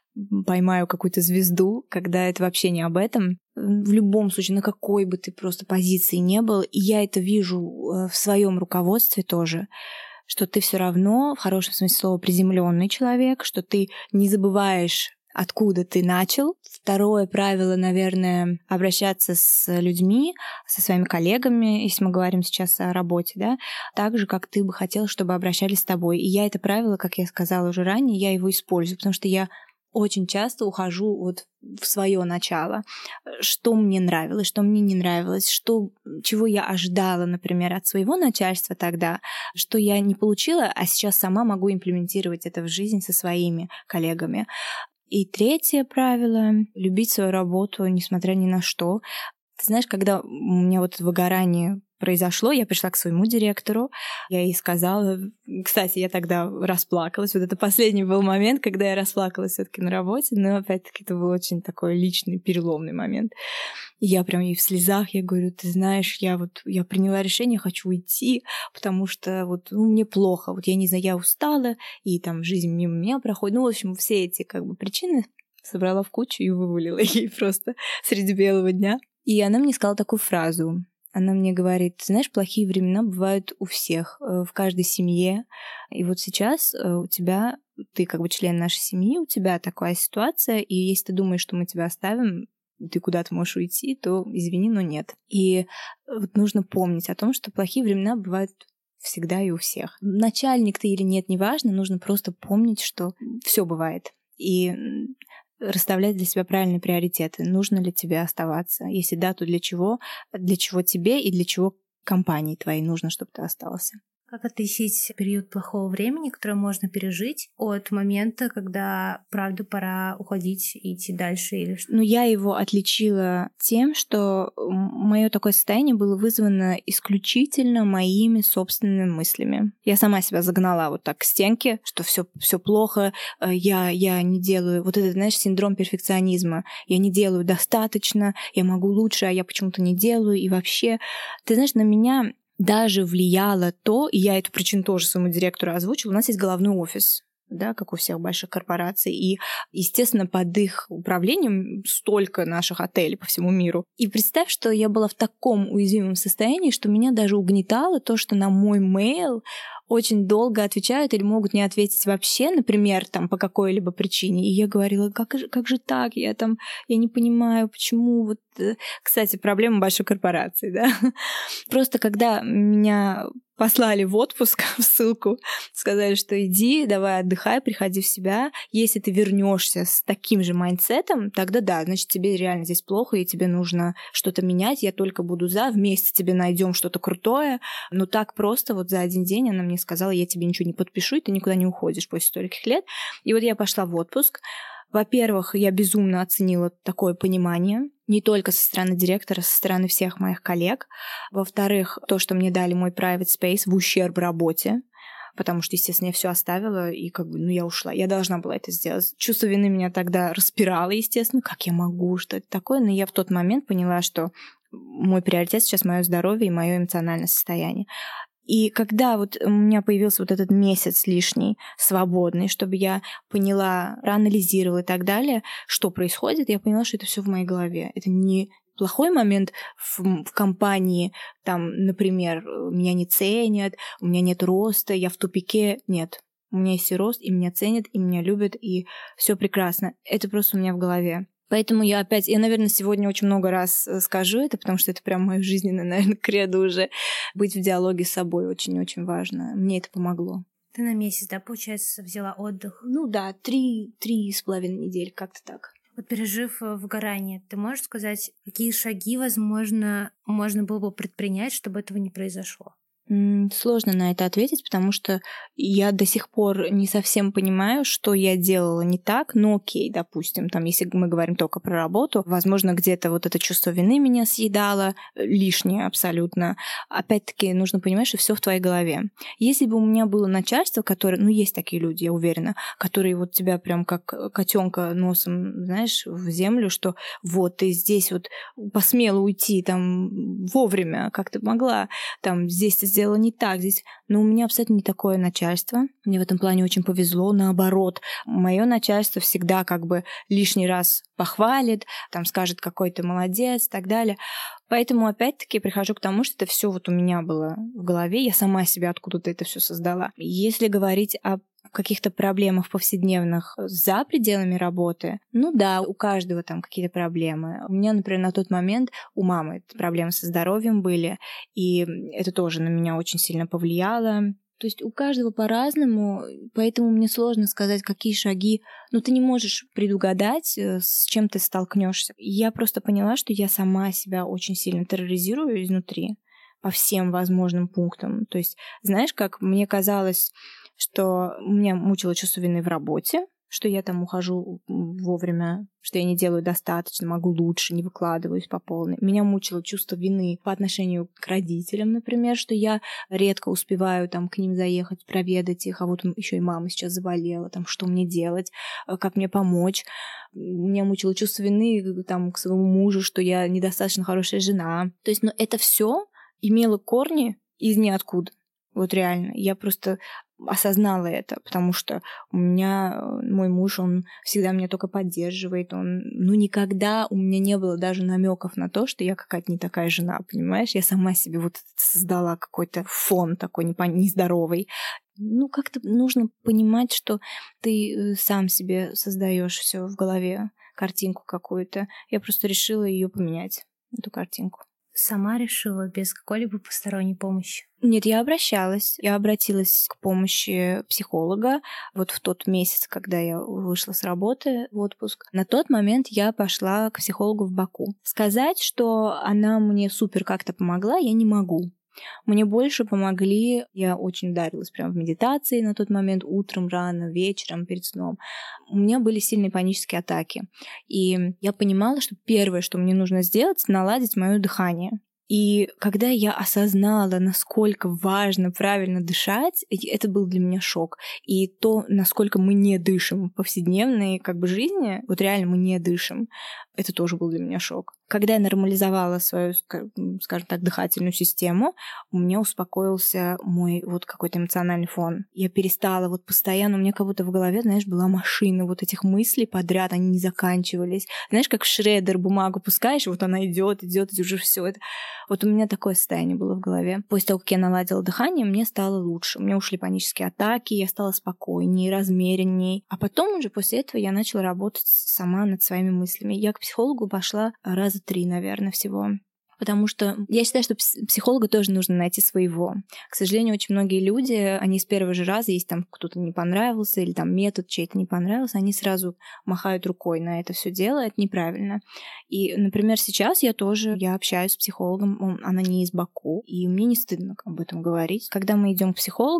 S2: Поймаю какую-то звезду, когда это вообще не об этом. В любом случае, на какой бы ты просто позиции не был, и я это вижу в своем руководстве тоже, что ты все равно, в хорошем смысле слова, приземленный человек, что ты не забываешь, откуда ты начал. 2-е правило, наверное, обращаться с людьми, со своими коллегами, если мы говорим сейчас о работе, да, так же, как ты бы хотел, чтобы обращались с тобой. И я это правило, как я сказала уже ранее, я его использую, потому что я очень часто ухожу вот в свое начало, что мне нравилось, что мне не нравилось, чего я ожидала, например, от своего начальства тогда, что я не получила, а сейчас сама могу имплементировать это в жизнь со своими коллегами. И 3-е правило — любить свою работу, несмотря ни на что. Ты знаешь, когда у меня вот выгорание произошло, я пришла к своему директору, я ей сказала, кстати, я тогда расплакалась, вот это последний был момент, когда я расплакалась все-таки на работе, но опять-таки это был очень такой личный, переломный момент. И я прям ей в слезах, я говорю, ты знаешь, я приняла решение, хочу уйти, потому что мне плохо, я не знаю, я устала, и там жизнь мимо меня проходит, в общем, все эти как бы причины собрала в кучу и вывалила ей просто среди белого дня. И она мне сказала такую фразу. Она мне говорит, знаешь, плохие времена бывают у всех, в каждой семье. И вот сейчас у тебя, ты как бы член нашей семьи, у тебя такая ситуация, и если ты думаешь, что мы тебя оставим, ты куда-то можешь уйти, то извини, но нет. И вот нужно помнить о том, что плохие времена бывают всегда и у всех. Начальник ты или нет, неважно, нужно просто помнить, что все бывает. И расставлять для себя правильные приоритеты. Нужно ли тебе оставаться? Если да, то для чего? Для чего тебе и для чего компании твоей нужно, чтобы ты остался?
S1: Как отличить период плохого времени, который можно пережить, от момента, когда, правда, пора уходить и идти дальше? Или что?
S2: Я его отличила тем, что мое такое состояние было вызвано исключительно моими собственными мыслями. Я сама себя загнала вот так к стенке, что все плохо, я не делаю... Вот это, знаешь, синдром перфекционизма. Я не делаю достаточно, я могу лучше, а я почему-то не делаю. И вообще, ты знаешь, на меня даже влияло то, и я эту причину тоже своему директору озвучила, у нас есть головной офис, да, как у всех больших корпораций, и, естественно, под их управлением столько наших отелей по всему миру. И представь, что я была в таком уязвимом состоянии, что меня даже угнетало то, что на мой мейл очень долго отвечают или могут не ответить вообще, например, там, по какой-либо причине. И я говорила, как же так? Я не понимаю, почему. Кстати, проблема большой корпорации, да. Просто когда меня послали в отпуск, в ссылку, сказали, что иди, давай отдыхай, приходи в себя. Если ты вернешься с таким же майндсетом, тогда да, значит, тебе реально здесь плохо, и тебе нужно что-то менять, я только буду за, вместе тебе найдем что-то крутое. Но так просто за один день она мне сказала, я тебе ничего не подпишу, и ты никуда не уходишь после стольких лет. И я пошла в отпуск, Во-первых, я безумно оценила такое понимание, не только со стороны директора, со стороны всех моих коллег. Во-вторых, то, что мне дали мой private space в ущерб работе, потому что, естественно, я все оставила, и я ушла. Я должна была это сделать. Чувство вины меня тогда распирало, естественно. Как я могу, что это такое? Но я в тот момент поняла, что мой приоритет сейчас мое здоровье и мое эмоциональное состояние. И когда вот у меня появился вот этот месяц лишний, свободный, чтобы я поняла, проанализировала и так далее, что происходит, я поняла, что это все в моей голове. Это не плохой момент в компании, там, например, меня не ценят, у меня нет роста, я в тупике. Нет. У меня есть и рост, и меня ценят, и меня любят, и все прекрасно. Это просто у меня в голове. Поэтому я, наверное, сегодня очень много раз скажу это, потому что это прям мое жизненное, наверное, кредо уже. Быть в диалоге с собой очень-очень важно. Мне это помогло.
S1: Ты на месяц, да, получается, взяла отдых?
S2: Ну да, 3,5 недели, как-то так.
S1: Вот пережив выгорание, ты можешь сказать, какие шаги, возможно, можно было бы предпринять, чтобы этого не произошло?
S2: Сложно на это ответить, потому что я до сих пор не совсем понимаю, что я делала не так, но окей, допустим, там, если мы говорим только про работу, возможно, где-то вот это чувство вины меня съедало, лишнее абсолютно. Опять-таки, нужно понимать, что все в твоей голове. Если бы у меня было начальство, которое, есть такие люди, я уверена, которые вот тебя прям как котенка носом, знаешь, в землю, что вот ты здесь вот посмела уйти там вовремя, как ты могла, там здесь ты сделала не так здесь. Но у меня абсолютно не такое начальство. Мне в этом плане очень повезло. Наоборот, мое начальство всегда как бы лишний раз похвалит, там скажет, какой ты молодец и так далее. Поэтому опять-таки прихожу к тому, что это все вот у меня было в голове. Я сама себя откуда-то это все создала. Если говорить о каких-то проблемах повседневных за пределами работы, да, у каждого там какие-то проблемы. У меня, например, на тот момент у мамы проблемы со здоровьем были, и это тоже на меня очень сильно повлияло. То есть у каждого по-разному, поэтому мне сложно сказать, какие шаги. Ты не можешь предугадать, с чем ты столкнешься. Я просто поняла, что я сама себя очень сильно терроризирую изнутри по всем возможным пунктам. То есть, знаешь, как мне казалось, что меня мучило чувство вины в работе, что я там ухожу вовремя, что я не делаю достаточно, могу лучше, не выкладываюсь по полной. Меня мучило чувство вины по отношению к родителям, например, что я редко успеваю там к ним заехать, проведать их, а вот еще и мама сейчас заболела, там что мне делать, как мне помочь. Меня мучило чувство вины там к своему мужу, что я недостаточно хорошая жена. То есть, это все имело корни из ниоткуда. Вот реально. Я просто осознала это, потому что у меня мой муж, он всегда меня только поддерживает, он, никогда у меня не было даже намеков на то, что я какая-то не такая жена, понимаешь? Я сама себе вот создала какой-то фон такой нездоровый. Как-то нужно понимать, что ты сам себе создаешь все в голове, картинку какую-то. Я просто решила ее поменять, эту картинку.
S1: Сама решила, без какой-либо посторонней помощи?
S2: Нет, я обращалась. Я обратилась к помощи психолога вот в тот месяц, когда я вышла с работы в отпуск. На тот момент я пошла к психологу в Баку. Сказать, что она мне супер как-то помогла, я не могу. Мне больше помогли, я очень ударилась прямо в медитации на тот момент, утром, рано, вечером, перед сном. У меня были сильные панические атаки. И я понимала, что первое, что мне нужно сделать, наладить мое дыхание. И когда я осознала, насколько важно правильно дышать, это был для меня шок. И то, насколько мы не дышим в повседневной жизни, вот реально мы не дышим, это тоже был для меня шок. Когда я нормализовала свою, скажем так, дыхательную систему, у меня успокоился мой вот какой-то эмоциональный фон. Я перестала вот постоянно, у меня как будто в голове, знаешь, была машина вот этих мыслей подряд, они не заканчивались. Знаешь, как в шредер бумагу пускаешь, и вот она идет, и уже все это. Вот у меня такое состояние было в голове. После того, как я наладила дыхание, мне стало лучше. У меня ушли панические атаки, я стала спокойнее, размеренней. А потом уже после этого я начала работать сама над своими мыслями. Я к психологу пошла раза 3, наверное, всего. Потому что я считаю, что психолога тоже нужно найти своего. К сожалению, очень многие люди, они с первого же раза, если там кто-то не понравился или там метод чей-то не понравился, они сразу махают рукой на это все дело, это неправильно. И, например, сейчас я общаюсь с психологом, она не из Баку, и мне не стыдно об этом говорить. Когда мы идем к психологу,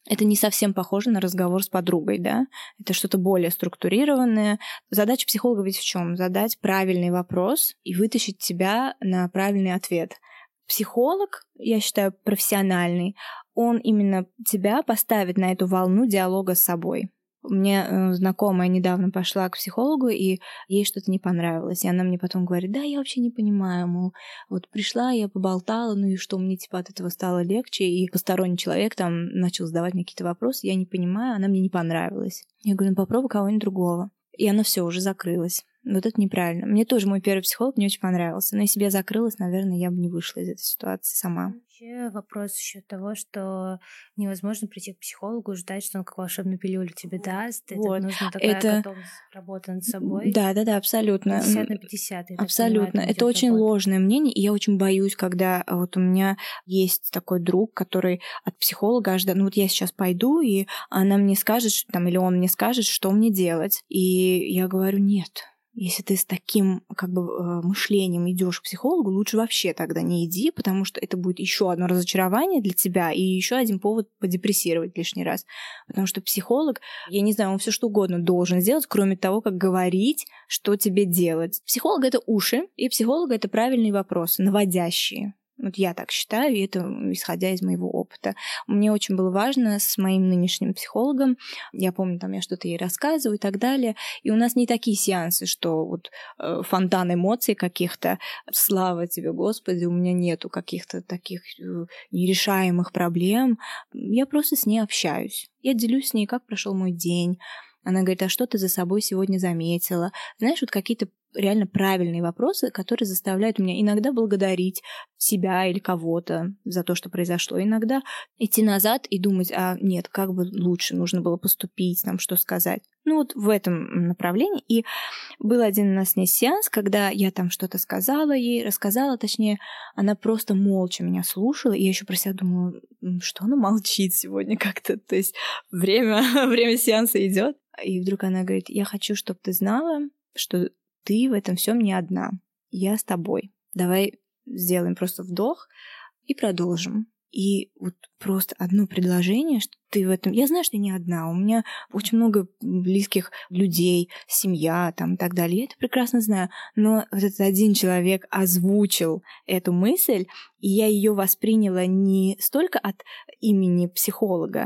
S2: Это не совсем похоже на разговор с подругой, да? Это что-то более структурированное. Задача психолога ведь в чем? Задать правильный вопрос и вытащить тебя на правильный ответ. Психолог, я считаю, профессиональный, он именно тебя поставит на эту волну диалога с собой. У меня знакомая недавно пошла к психологу, и ей что-то не понравилось. И она мне потом говорит: да, я вообще не понимаю, мол, вот пришла, я поболтала, ну и что, мне типа от этого стало легче, и посторонний человек там начал задавать мне какие-то вопросы, я не понимаю, она мне не понравилась. Я говорю: ну попробуй кого-нибудь другого. И она все уже закрылась. Вот это неправильно. Мне тоже мой первый психолог не очень понравился. Но если бы я закрылась, наверное, я бы не вышла из этой ситуации сама.
S1: Вообще вопрос еще того, что невозможно прийти к психологу и ждать, что он как волшебную пилюлю тебе даст.
S2: Вот.
S1: Это нужна такая готовность работать над собой.
S2: Да, абсолютно.
S1: 50 на 50.
S2: Абсолютно. Это очень ложное мнение, и я очень боюсь, когда вот у меня есть такой друг, который от психолога ожидает, ну вот я сейчас пойду, и она мне скажет, там, или он мне скажет, что мне делать. И я говорю: нет. Если ты с таким мышлением идешь к психологу, лучше вообще тогда не иди, потому что это будет еще одно разочарование для тебя и еще один повод подепрессировать лишний раз. Потому что психолог, я не знаю, он все что угодно должен сделать, кроме того, как говорить, что тебе делать. Психолог — это уши, и психолог — это правильные вопросы, наводящие. Вот я так считаю, и это исходя из моего опыта. Мне очень было важно с моим нынешним психологом, я помню, там я что-то ей рассказываю и так далее, и у нас не такие сеансы, что вот фонтан эмоций каких-то, слава тебе, Господи, у меня нету каких-то таких нерешаемых проблем. Я просто с ней общаюсь. Я делюсь с ней, как прошел мой день. Она говорит: а что ты за собой сегодня заметила? Знаешь, вот какие-то реально правильные вопросы, которые заставляют меня иногда благодарить себя или кого-то за то, что произошло, иногда идти назад и думать: а нет, как бы лучше нужно было поступить, нам что сказать. Ну вот в этом направлении. И был один у нас с ней сеанс, когда я там что-то сказала ей, рассказала, точнее, она просто молча меня слушала, и я еще про себя думала, что она молчит сегодня как-то, то есть время сеанса идет. И вдруг она говорит: я хочу, чтобы ты знала, что ты в этом всем не одна. Я с тобой. Давай сделаем просто вдох и продолжим. И вот просто одно предложение, что ты в этом... Я знаю, что я не одна. У меня очень много близких людей, семья там и так далее. Я это прекрасно знаю. Но вот этот один человек озвучил эту мысль, и я ее восприняла не столько от имени психолога,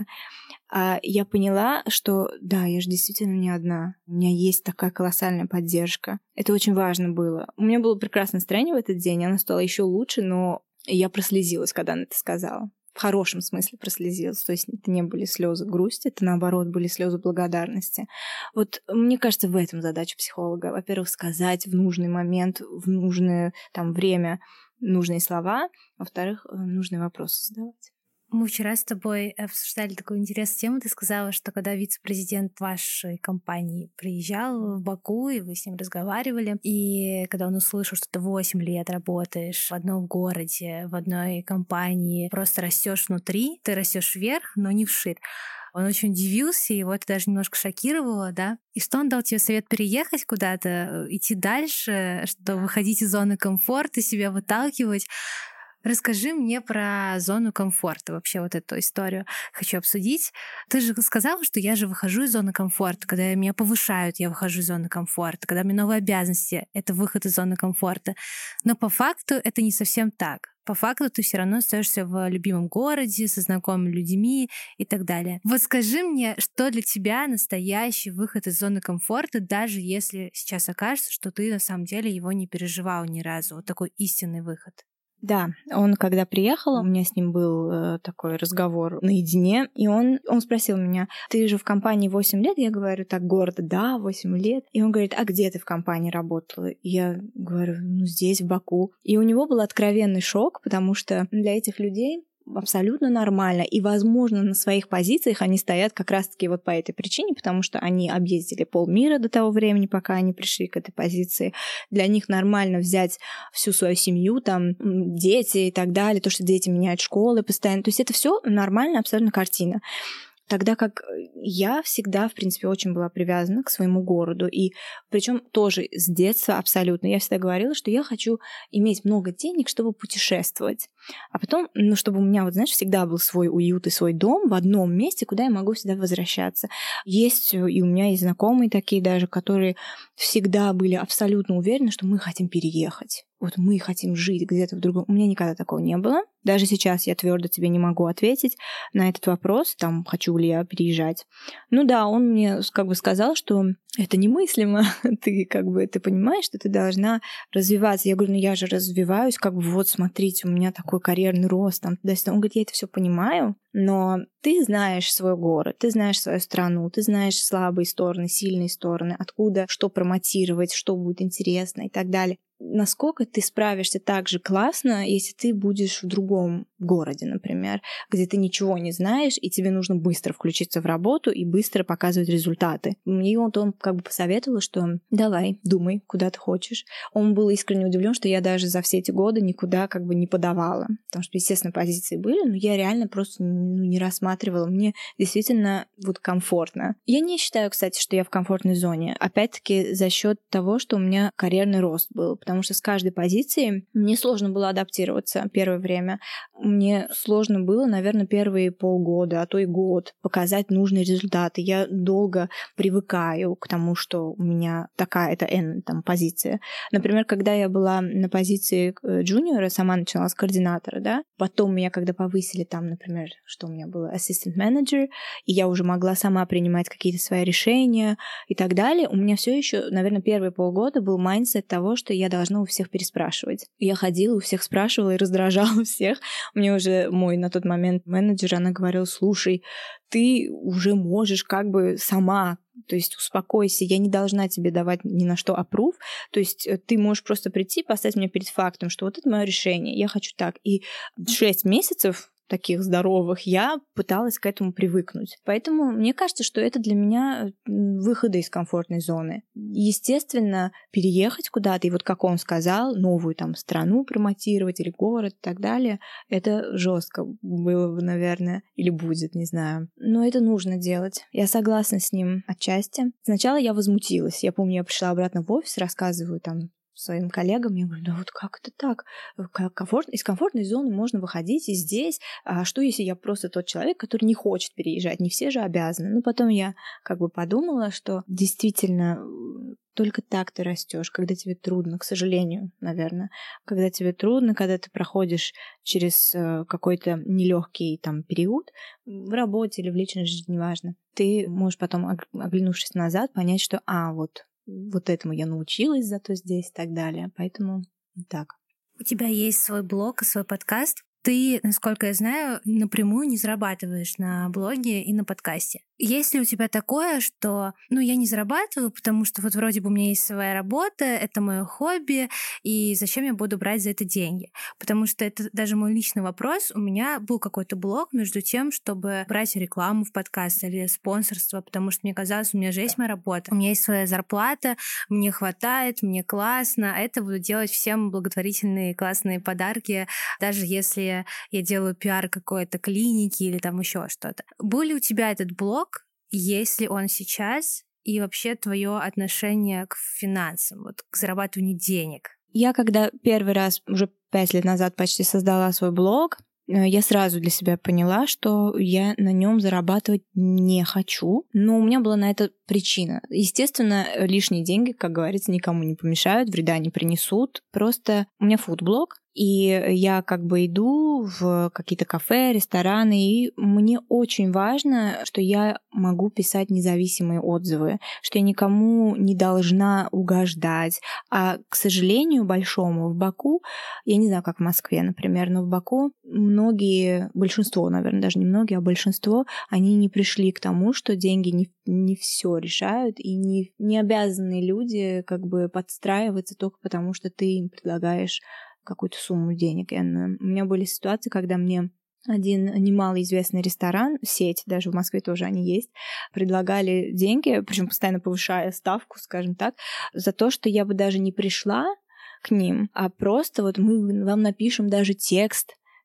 S2: а я поняла, что да, я же действительно не одна. У меня есть такая колоссальная поддержка. Это очень важно было. У меня было прекрасное настроение в этот день, оно стало еще лучше, но я прослезилась, когда она это сказала. В хорошем смысле прослезилась. То есть это не были слезы грусти, это наоборот были слезы благодарности. Вот мне кажется, в этом задача психолога. Во-первых, сказать в нужный момент, в нужное там время нужные слова. Во-вторых, нужные вопросы задавать.
S1: Мы вчера с тобой обсуждали такую интересную тему. Ты сказала, что когда вице-президент вашей компании приезжал в Баку, и вы с ним разговаривали, и когда он услышал, что ты 8 лет работаешь в одном городе, в одной компании, просто растешь внутри, ты растешь вверх, но не вширь. Он очень удивился, его это даже немножко шокировало, да? И что он дал тебе совет: переехать куда-то, идти дальше, что выходить из зоны комфорта, себя выталкивать. Расскажи мне про зону комфорта, вообще вот эту историю хочу обсудить. Ты же сказала, что я же выхожу из зоны комфорта. Когда меня повышают, я выхожу из зоны комфорта. Когда мне новые обязанности, это выход из зоны комфорта. Но по факту это не совсем так. По факту ты все равно остаешься в любимом городе, со знакомыми людьми и так далее. Вот скажи мне, что для тебя настоящий выход из зоны комфорта, даже если сейчас окажется, что ты на самом деле его не переживал ни разу. Вот такой истинный выход.
S2: Да, он когда приехал, у меня с ним был такой разговор наедине, и он спросил меня: ты же в компании 8 лет? Я говорю так гордо: да, 8 лет. И он говорит: а где ты в компании работала? И я говорю: ну здесь, в Баку. И у него был откровенный шок, потому что для этих людей абсолютно нормально. И, возможно, на своих позициях они стоят как раз-таки вот по этой причине, потому что они объездили полмира до того времени, пока они пришли к этой позиции. Для них нормально взять всю свою семью, там, дети и так далее, то, что дети меняют школы постоянно. То есть это все нормальная абсолютно картина. Тогда как я всегда, в принципе, очень была привязана к своему городу. И причем тоже с детства абсолютно. Я всегда говорила, что я хочу иметь много денег, чтобы путешествовать. А потом, чтобы у меня, вот знаешь, всегда был свой уют и свой дом в одном месте, куда я могу всегда возвращаться. Есть, и у меня есть знакомые такие даже, которые всегда были абсолютно уверены, что мы хотим переехать. Вот мы хотим жить где-то в другом. У меня никогда такого не было. Даже сейчас я твердо тебе не могу ответить на этот вопрос, там, хочу ли я переезжать. Ну да, он мне как бы сказал, что это немыслимо. Ты понимаешь, что ты должна развиваться. Я говорю, я же развиваюсь, вот смотрите, у меня такой карьерный рост, там, туда-сюда. Он говорит, я это все понимаю, но ты знаешь свой город, ты знаешь свою страну, ты знаешь слабые стороны, сильные стороны, откуда что промотировать, что будет интересно и так далее. Насколько ты справишься так же классно, если ты будешь в другом городе, например, где ты ничего не знаешь, и тебе нужно быстро включиться в работу и быстро показывать результаты. И он как бы посоветовал, что давай, думай, куда ты хочешь. Он был искренне удивлен, что я даже за все эти годы никуда как бы не подавала. Потому что, естественно, позиции были, но я реально просто не рассматривала. Мне действительно комфортно. Я не считаю, кстати, что я в комфортной зоне. Опять-таки за счет того, что у меня карьерный рост был. Потому что с каждой позиции мне сложно было адаптироваться первое время. Мне сложно было, наверное, первые полгода, а то и год показать нужные результаты. Я долго привыкаю к тому, что у меня такая-то позиция. Например, когда я была на позиции джуниора, сама начала с координатора, да, потом меня когда повысили там, например, что у меня было assistant manager, и я уже могла сама принимать какие-то свои решения и так далее, у меня все еще, наверное, первые полгода был майндсет того, что я должна у всех переспрашивать. Я ходила, у всех спрашивала и раздражала всех. Мне уже мой на тот момент менеджер, она говорила, слушай, ты уже можешь как бы сама, то есть успокойся, я не должна тебе давать ни на что approve, то есть ты можешь просто прийти, поставить меня перед фактом, что вот это мое решение, я хочу так. И 6 месяцев таких здоровых, я пыталась к этому привыкнуть. Поэтому мне кажется, что это для меня выходы из комфортной зоны. Естественно, переехать куда-то, и как он сказал, новую страну промотировать или город и так далее, это жестко было бы, наверное, или будет, не знаю. Но это нужно делать. Я согласна с ним отчасти. Сначала я возмутилась. Я помню, я пришла обратно в офис, рассказываю своим коллегам, я говорю, как это так? Из комфортной зоны можно выходить и здесь. А что, если я просто тот человек, который не хочет переезжать? Не все же обязаны. Потом я подумала, что действительно только так ты растешь, когда тебе трудно, к сожалению, наверное. Когда тебе трудно, когда ты проходишь через какой-то нелегкий период в работе или в личной жизни, неважно, ты можешь потом, оглянувшись назад, понять, что вот этому я научилась, зато здесь и так далее. Поэтому так.
S1: У тебя есть свой блог и свой подкаст. Ты, насколько я знаю, напрямую не зарабатываешь на блоге и на подкасте. Есть ли у тебя такое, что, я не зарабатываю, потому что вроде бы у меня есть своя работа, это мое хобби, и зачем я буду брать за это деньги? Потому что это даже мой личный вопрос. У меня был какой-то блок между тем, чтобы брать рекламу в подкаст или спонсорство, потому что мне казалось, у меня же есть моя работа, у меня есть своя зарплата, мне хватает, мне классно, а это буду делать всем благотворительные классные подарки, даже если я делаю пиар какой-то клиники или еще что-то. Был ли у тебя этот блог? Есть ли он сейчас? И вообще твое отношение к финансам, к зарабатыванию денег?
S2: Я когда первый раз, уже 5 лет назад почти создала свой блог, я сразу для себя поняла, что я на нем зарабатывать не хочу, но у меня была на это причина. Естественно, лишние деньги, как говорится, никому не помешают, вреда не принесут. Просто у меня фудблог, и я иду в какие-то кафе, рестораны, и мне очень важно, что я могу писать независимые отзывы, что я никому не должна угождать. А, к сожалению, большому, в Баку, я не знаю, как в Москве, например, но в Баку большинство, наверное, даже не многие, а большинство, они не пришли к тому, что деньги не все решают, и не обязаны люди подстраиваться только потому, что ты им предлагаешь какую-то сумму денег. У меня были ситуации, когда мне один немалоизвестный ресторан, сеть, даже в Москве тоже они есть, предлагали деньги, причем постоянно повышая ставку, скажем так, за то, что я бы даже не пришла к ним, а просто мы вам напишем даже текст,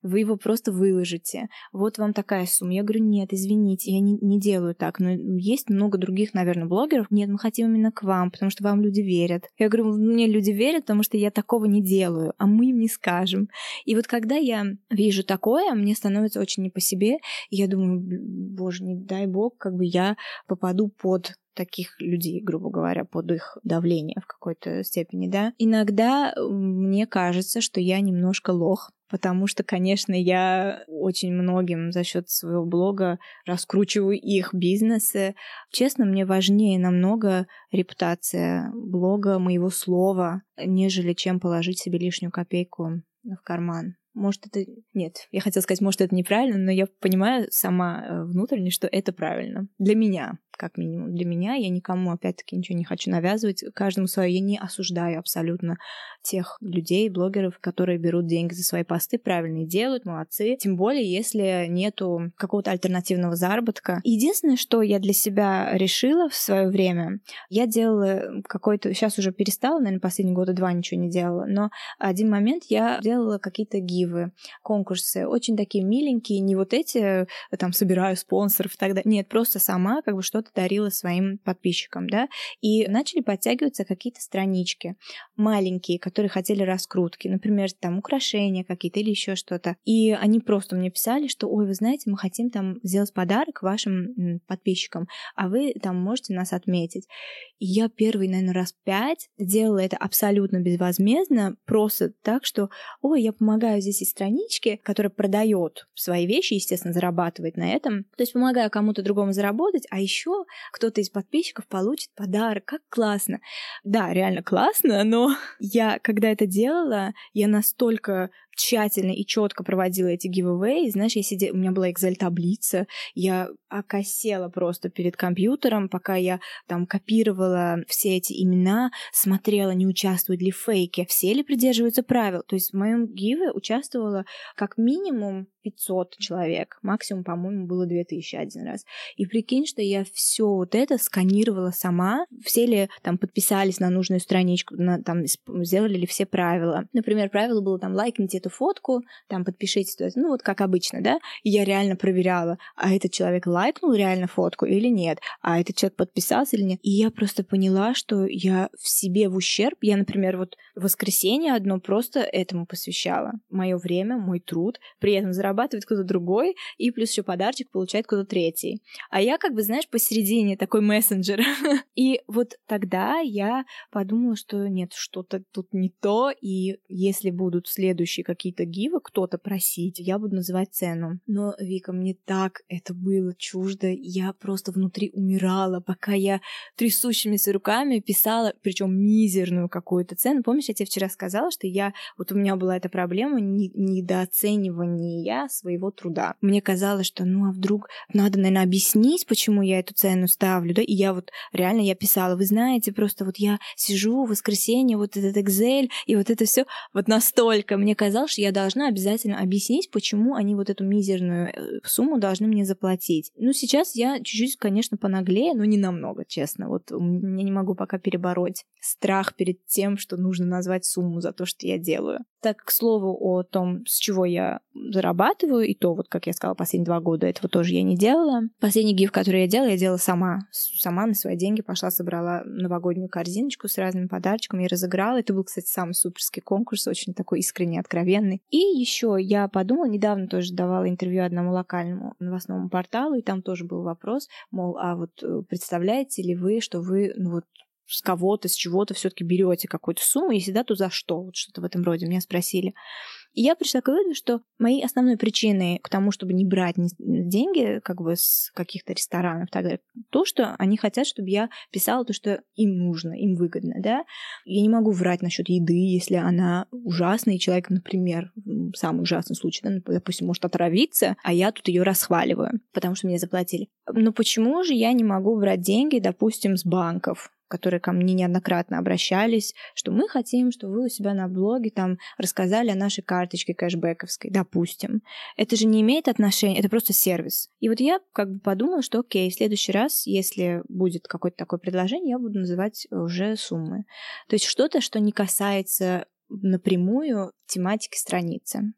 S2: вы его просто выложите. Вот вам такая сумма. Я говорю, нет, извините, я не делаю так. Но есть много других, наверное, блогеров. Нет, мы хотим именно к вам, потому что вам люди верят. Я говорю, мне люди верят, потому что я такого не делаю, а мы им не скажем. И вот когда я вижу такое, мне становится очень не по себе. И я думаю, боже, не дай бог, как бы я попаду под таких людей, грубо говоря, под их давление в какой-то степени, да. Иногда мне кажется, что я немножко лох, потому что, конечно, я очень многим за счет своего блога раскручиваю их бизнесы. Честно, мне важнее намного репутация блога, моего слова, нежели чем положить себе лишнюю копейку в карман. Может, это... Нет, я хотела сказать, может, это неправильно, но я понимаю сама внутренне, что это правильно. Для меня, как минимум. Для меня я никому, опять-таки, ничего не хочу навязывать. Каждому свое. Я не осуждаю абсолютно тех людей, блогеров, которые берут деньги за свои посты, правильно делают, молодцы. Тем более, если нету какого-то альтернативного заработка. Единственное, что я для себя решила в свое время, я делала какой-то... Сейчас уже перестала, наверное, последние года 2 ничего не делала, но один момент я делала какие-то гивы, конкурсы, очень такие миленькие, не вот эти, там, собираю спонсоров и так далее. Нет, просто сама как бы что-то дарила своим подписчикам, да, и начали подтягиваться какие-то странички маленькие, которые хотели раскрутки, например, там украшения какие-то или еще что-то. И они просто мне писали, что, ой, вы знаете, мы хотим там сделать подарок вашим подписчикам, а вы там можете нас отметить. И я первый, наверное, раз 5 делала это абсолютно безвозмездно, просто так, что, ой, я помогаю здесь из странички, которая продает свои вещи, естественно, зарабатывает на этом. То есть помогаю кому-то другому заработать, а еще кто-то из подписчиков получит подарок. Как классно. Да, реально классно, но я, когда это делала, я настолько тщательно и четко проводила эти giveaway. Знаешь, у меня была Excel-таблица, я окосела просто перед компьютером, пока я там копировала все эти имена, смотрела, не участвуют ли фейки, все ли придерживаются правил. То есть в моем гиве участвовало как минимум 500 человек, максимум, по-моему, было 2000 один раз. И прикинь, что я все вот это сканировала сама, все ли там подписались на нужную страничку, там сделали ли все правила. Например, правило было там лайкните эту фотку, там подпишитесь, то есть, ну вот как обычно, да, и я реально проверяла, а этот человек лайкнул реально фотку или нет, а этот человек подписался или нет. И я просто поняла, что я в себе в ущерб, я, например, вот воскресенье одно просто этому посвящала. Мое время, мой труд, при этом зарабатывает кто-то другой, и плюс еще подарочек получает кто-то третий. А я как бы, знаешь, посередине такой мессенджер. И вот тогда я подумала, что нет, что-то тут не то, и если будут следующие какие-то гивы кто-то просить, я буду называть цену. Но, Вика, мне так это было чуждо, я просто внутри умирала, пока я трясущимися руками писала, причем мизерную какую-то цену. Помнишь, я тебе вчера сказала, что вот у меня была эта проблема недооценивания своего труда. Мне казалось, что а вдруг надо, наверное, объяснить, почему я эту цену ставлю, да, и я вот реально я писала, вы знаете, просто вот я сижу в воскресенье, вот этот Excel, и вот это все вот настолько. Мне казалось, что я должна обязательно объяснить, почему они вот эту мизерную сумму должны мне заплатить. Сейчас я чуть-чуть, конечно, понаглее, но не намного, честно. Вот я не могу пока перебороть страх перед тем, что нужно назвать сумму за то, что я делаю. Так, к слову о том, с чего я зарабатываю, и то, вот как я сказала, последние 2 года этого тоже я не делала. Последний гиф, который я делала сама. Сама на свои деньги пошла, собрала новогоднюю корзиночку с разными подарочками и разыграла. Это был, кстати, самый суперский конкурс, очень такой искренний, откровенный. И еще я подумала, недавно тоже давала интервью одному локальному новостному порталу, и там тоже был вопрос, мол, а вот представляете ли вы, что вы, с кого-то, с чего-то все-таки берете какую-то сумму, если да, то за что? Вот что-то в этом роде меня спросили. И я пришла к выводу, что моей основной причиной к тому, чтобы не брать деньги как бы с каких-то ресторанов и так далее, то, что они хотят, чтобы я писала то, что им нужно, им выгодно, да. Я не могу врать насчет еды, если она ужасная, и человек, например, самый ужасный случай, да, допустим, может отравиться, а я тут ее расхваливаю, потому что мне заплатили. Но почему же я не могу брать деньги, допустим, с банков, которые ко мне неоднократно обращались, что мы хотим, чтобы вы у себя на блоге там рассказали о нашей карточке кэшбэковской, допустим. Это же не имеет отношения, это просто сервис. И вот я как бы подумала, что окей, в следующий раз, если будет какое-то такое предложение, я буду называть уже суммы. То есть что-то, что не касается напрямую тематики страницы.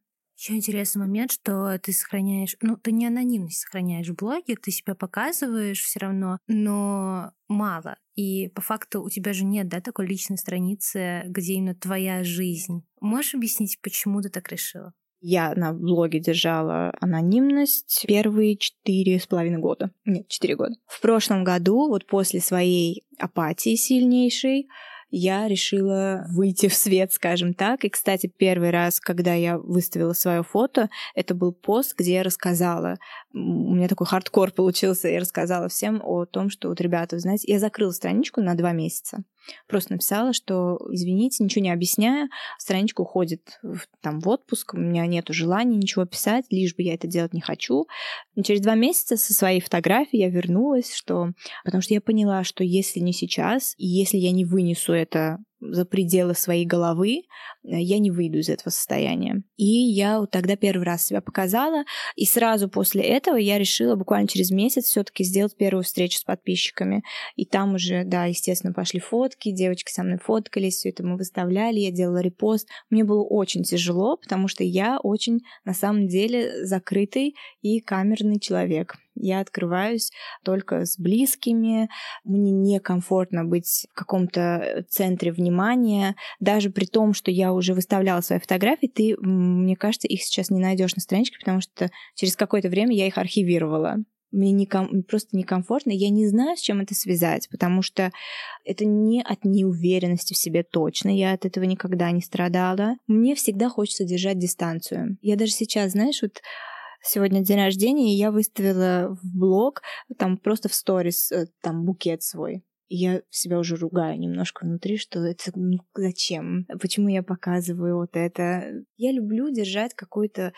S1: Еще интересный момент, что ты сохраняешь, ты не анонимность сохраняешь в блоге, ты себя показываешь все равно, но мало. И по факту у тебя же нет, да, такой личной страницы, где именно твоя жизнь. Можешь объяснить, почему ты так решила?
S2: Я на блоге держала анонимность первые 4,5 года. Нет, 4 года. В прошлом году, вот после своей апатии сильнейшей, я решила выйти в свет, скажем так. И, кстати, первый раз, когда я выставила свое фото, это был пост, где я рассказала, у меня такой хардкор получился, я рассказала всем о том, что вот, ребята, вы знаете, я закрыла страничку на 2 месяца. Просто написала, что, извините, ничего не объясняя, страничка уходит в отпуск, у меня нет желания ничего писать, лишь бы я это делать не хочу. Но через 2 месяца со своей фотографией я вернулась, потому что я поняла, что если не сейчас, и если я не вынесу это за пределы своей головы, я не выйду из этого состояния. И я вот тогда первый раз себя показала, и сразу после этого я решила буквально через месяц все-таки сделать первую встречу с подписчиками. И там уже, да, естественно, пошли фотки, девочки со мной фоткались, все это мы выставляли, я делала репост. Мне было очень тяжело, потому что я очень, на самом деле, закрытый и камерный человек. Я открываюсь только с близкими, мне некомфортно быть в каком-то центре внимания, даже при том, что я уже выставляла свои фотографии, ты, мне кажется, их сейчас не найдешь на страничке, потому что через какое-то время я их архивировала. Мне просто некомфортно, я не знаю, с чем это связать, потому что это не от неуверенности в себе точно, я от этого никогда не страдала. Мне всегда хочется держать дистанцию. Я даже сейчас, знаешь, вот сегодня день рождения, и я выставила в блог, там просто в сторис, там букет свой. И я себя уже ругаю немножко внутри, что это зачем? Почему я показываю вот это? Я люблю держать какой-то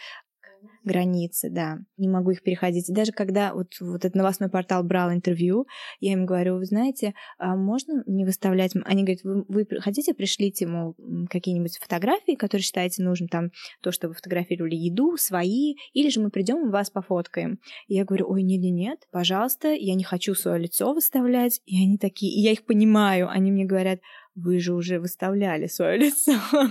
S2: границы, да. Не могу их переходить. И даже когда вот этот новостной портал брал интервью, я им говорю, вы знаете, а можно не выставлять... Они говорят, вы хотите, пришлите, мол, какие-нибудь фотографии, которые считаете нужным, там, то, что вы фотографировали еду, свои, или же мы придем и вас пофоткаем. И я говорю, ой, нет, пожалуйста, я не хочу свое лицо выставлять. И они такие, и я их понимаю, они мне говорят, вы же уже выставляли свое лицо.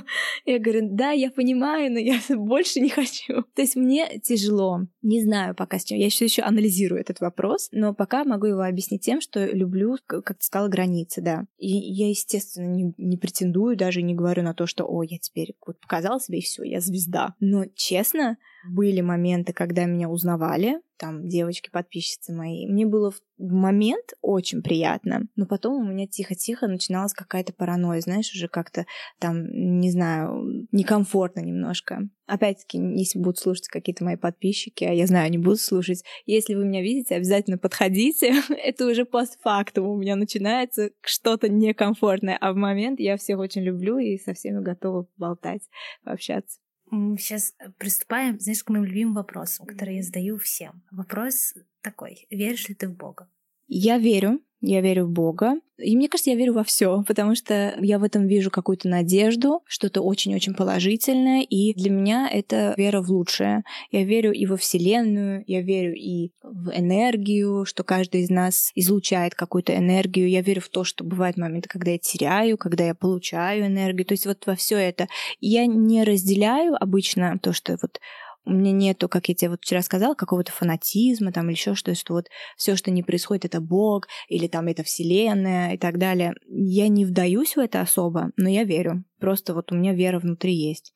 S2: Я говорю, да, я понимаю, но я больше не хочу. То есть мне тяжело. Не знаю пока с чем. Я еще анализирую этот вопрос, но пока могу его объяснить тем, что люблю, как ты сказала, границы, да. И я, естественно, не претендую, даже не говорю на то, что, я теперь вот показала себе, и все, я звезда. Но, честно, были моменты, когда меня узнавали, там, девочки-подписчицы мои. Мне было в момент очень приятно, но потом у меня тихо-тихо начиналась какая-то паранойя, знаешь, уже как-то там, не знаю, некомфортно немножко. Опять-таки, если будут слушать какие-то мои подписчики, а я знаю, они будут слушать, если вы меня видите, обязательно подходите. Это уже постфактум у меня начинается что-то некомфортное, а в момент я всех очень люблю и со всеми готова поболтать, пообщаться.
S1: Сейчас приступаем, знаешь, к моим любимым вопросам, которые я задаю всем. Вопрос такой. Веришь ли ты в Бога?
S2: Я верю в Бога. И мне кажется, я верю во все, потому что я в этом вижу какую-то надежду, что-то очень-очень положительное, и для меня это вера в лучшее. Я верю и во Вселенную, я верю и в энергию, что каждый из нас излучает какую-то энергию. Я верю в то, что бывают моменты, когда я теряю, когда я получаю энергию. То есть вот во все это. Я не разделяю обычно то, что вот у меня нету, как я тебе вот вчера сказала, какого-то фанатизма там или еще что-то, что вот все, что не происходит, это Бог или там это Вселенная и так далее. Я не вдаюсь в это особо, но я верю. Просто вот у меня вера внутри есть.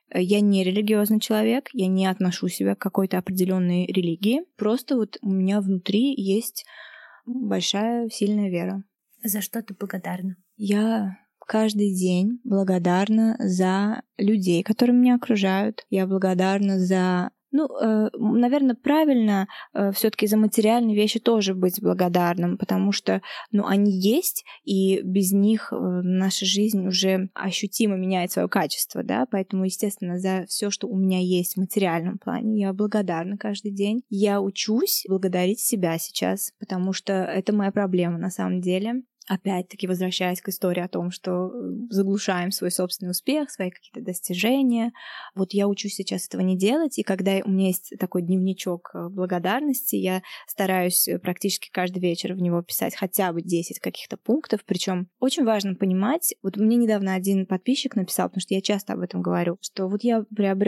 S2: Я не религиозный человек, я не отношу себя к какой-то определенной религии. Просто вот у меня внутри есть большая, сильная вера.
S1: За что ты благодарна?
S2: Я каждый день благодарна за людей, которые меня окружают. Я благодарна за... наверное, правильно все-таки за материальные вещи тоже быть благодарным, потому что, они есть, и без них наша жизнь уже ощутимо меняет свое качество, да, поэтому, естественно, за все, что у меня есть в материальном плане, я благодарна каждый день. Я учусь благодарить себя сейчас, потому что это моя проблема на самом деле. Опять-таки, возвращаясь к истории о том, что заглушаем свой собственный успех, свои какие-то достижения. Вот я учусь сейчас этого не делать, и когда у меня есть такой дневничок благодарности, я стараюсь практически каждый вечер в него писать хотя бы 10 каких-то пунктов. Причем очень важно понимать, вот мне недавно один подписчик написал, потому что я часто об этом говорю, что вот я приобрел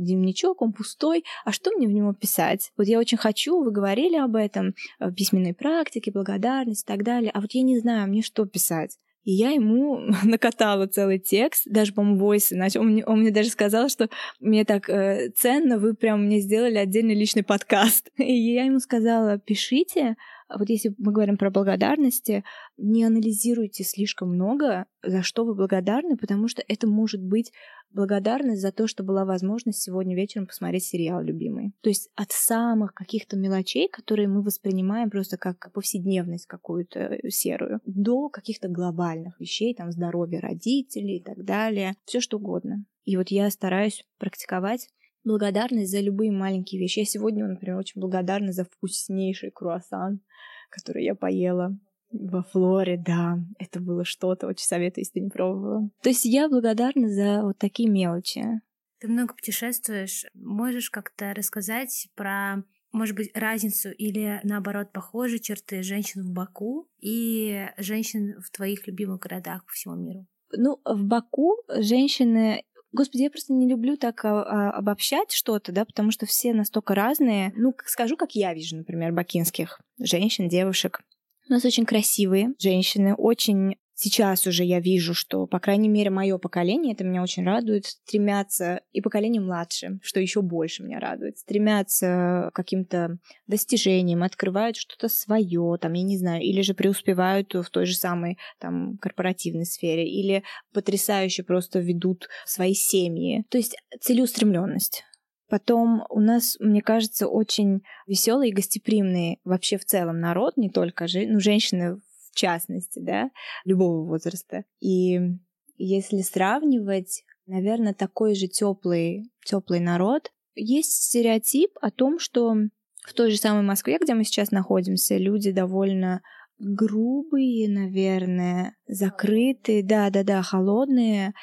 S2: дневничок, он пустой, а что мне в него писать? Вот я очень хочу, вы говорили об этом, письменной практике, благодарность и так далее, а вот я не знаю, мне что писать. И я ему накатала целый текст, даже, по-моему, войс, иначе он мне даже сказал, что мне так ценно, вы прям мне сделали отдельный личный подкаст. И я ему сказала, пишите, вот если мы говорим про благодарности, не анализируйте слишком много, за что вы благодарны, потому что это может быть благодарность за то, что была возможность сегодня вечером посмотреть сериал любимый. То есть от самых каких-то мелочей, которые мы воспринимаем просто как повседневность какую-то серую, до каких-то глобальных вещей, там здоровье родителей и так далее, все что угодно. И вот я стараюсь практиковать благодарность за любые маленькие вещи. Я сегодня, например, очень благодарна за вкуснейший круассан, который я поела во Флоре. Да, это было что-то. Очень советую, если ты не пробовала. То есть я благодарна за вот такие мелочи.
S1: Ты много путешествуешь. Можешь как-то рассказать про, может быть, разницу или, наоборот, похожие черты женщин в Баку и женщин в твоих любимых городах по всему миру?
S2: Ну, в Баку женщины... Господи, я просто не люблю так обобщать что-то, да, потому что все настолько разные. Ну, скажу, как я вижу, например, бакинских женщин, девушек. У нас очень красивые женщины, очень... Сейчас уже я вижу, что, по крайней мере, мое поколение, это меня очень радует, стремятся, и поколение младше, что еще больше меня радует, стремятся к каким-то достижениям, открывают что-то свое, там, я не знаю, или же преуспевают в той же самой там корпоративной сфере, или потрясающе просто ведут свои семьи. То есть целеустремленность. Потом у нас, мне кажется, очень веселый и гостеприимный вообще в целом народ, не только женщины в частности, да, любого возраста. И если сравнивать, наверное, такой же теплый народ, есть стереотип о том, что в той же самой Москве, где мы сейчас находимся, люди довольно грубые, наверное, закрытые, да, холодные.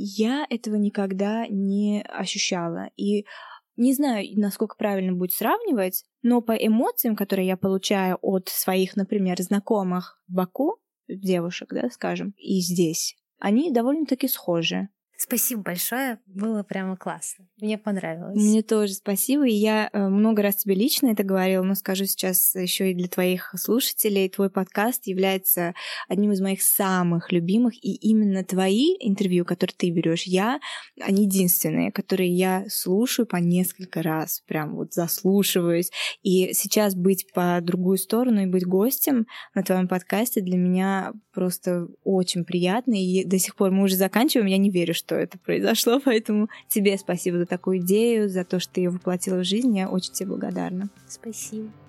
S2: Я этого никогда не ощущала. И не знаю, насколько правильно будет сравнивать, но по эмоциям, которые я получаю от своих, например, знакомых в Баку, девушек, да, скажем, и здесь, они довольно-таки схожи.
S1: Спасибо большое, было прямо классно. Мне понравилось.
S2: Мне тоже спасибо, и я много раз тебе лично это говорила, но скажу сейчас еще и для твоих слушателей. Твой подкаст является одним из моих самых любимых, и именно твои интервью, которые ты берешь, они единственные, которые я слушаю по несколько раз, прям вот заслушиваюсь. И сейчас быть по другую сторону и быть гостем на твоем подкасте для меня просто очень приятно, и до сих пор мы уже заканчиваем, я не верю, что это произошло, поэтому тебе спасибо за такую идею, за то, что ты ее воплотила в жизнь, я очень тебе благодарна.
S1: Спасибо.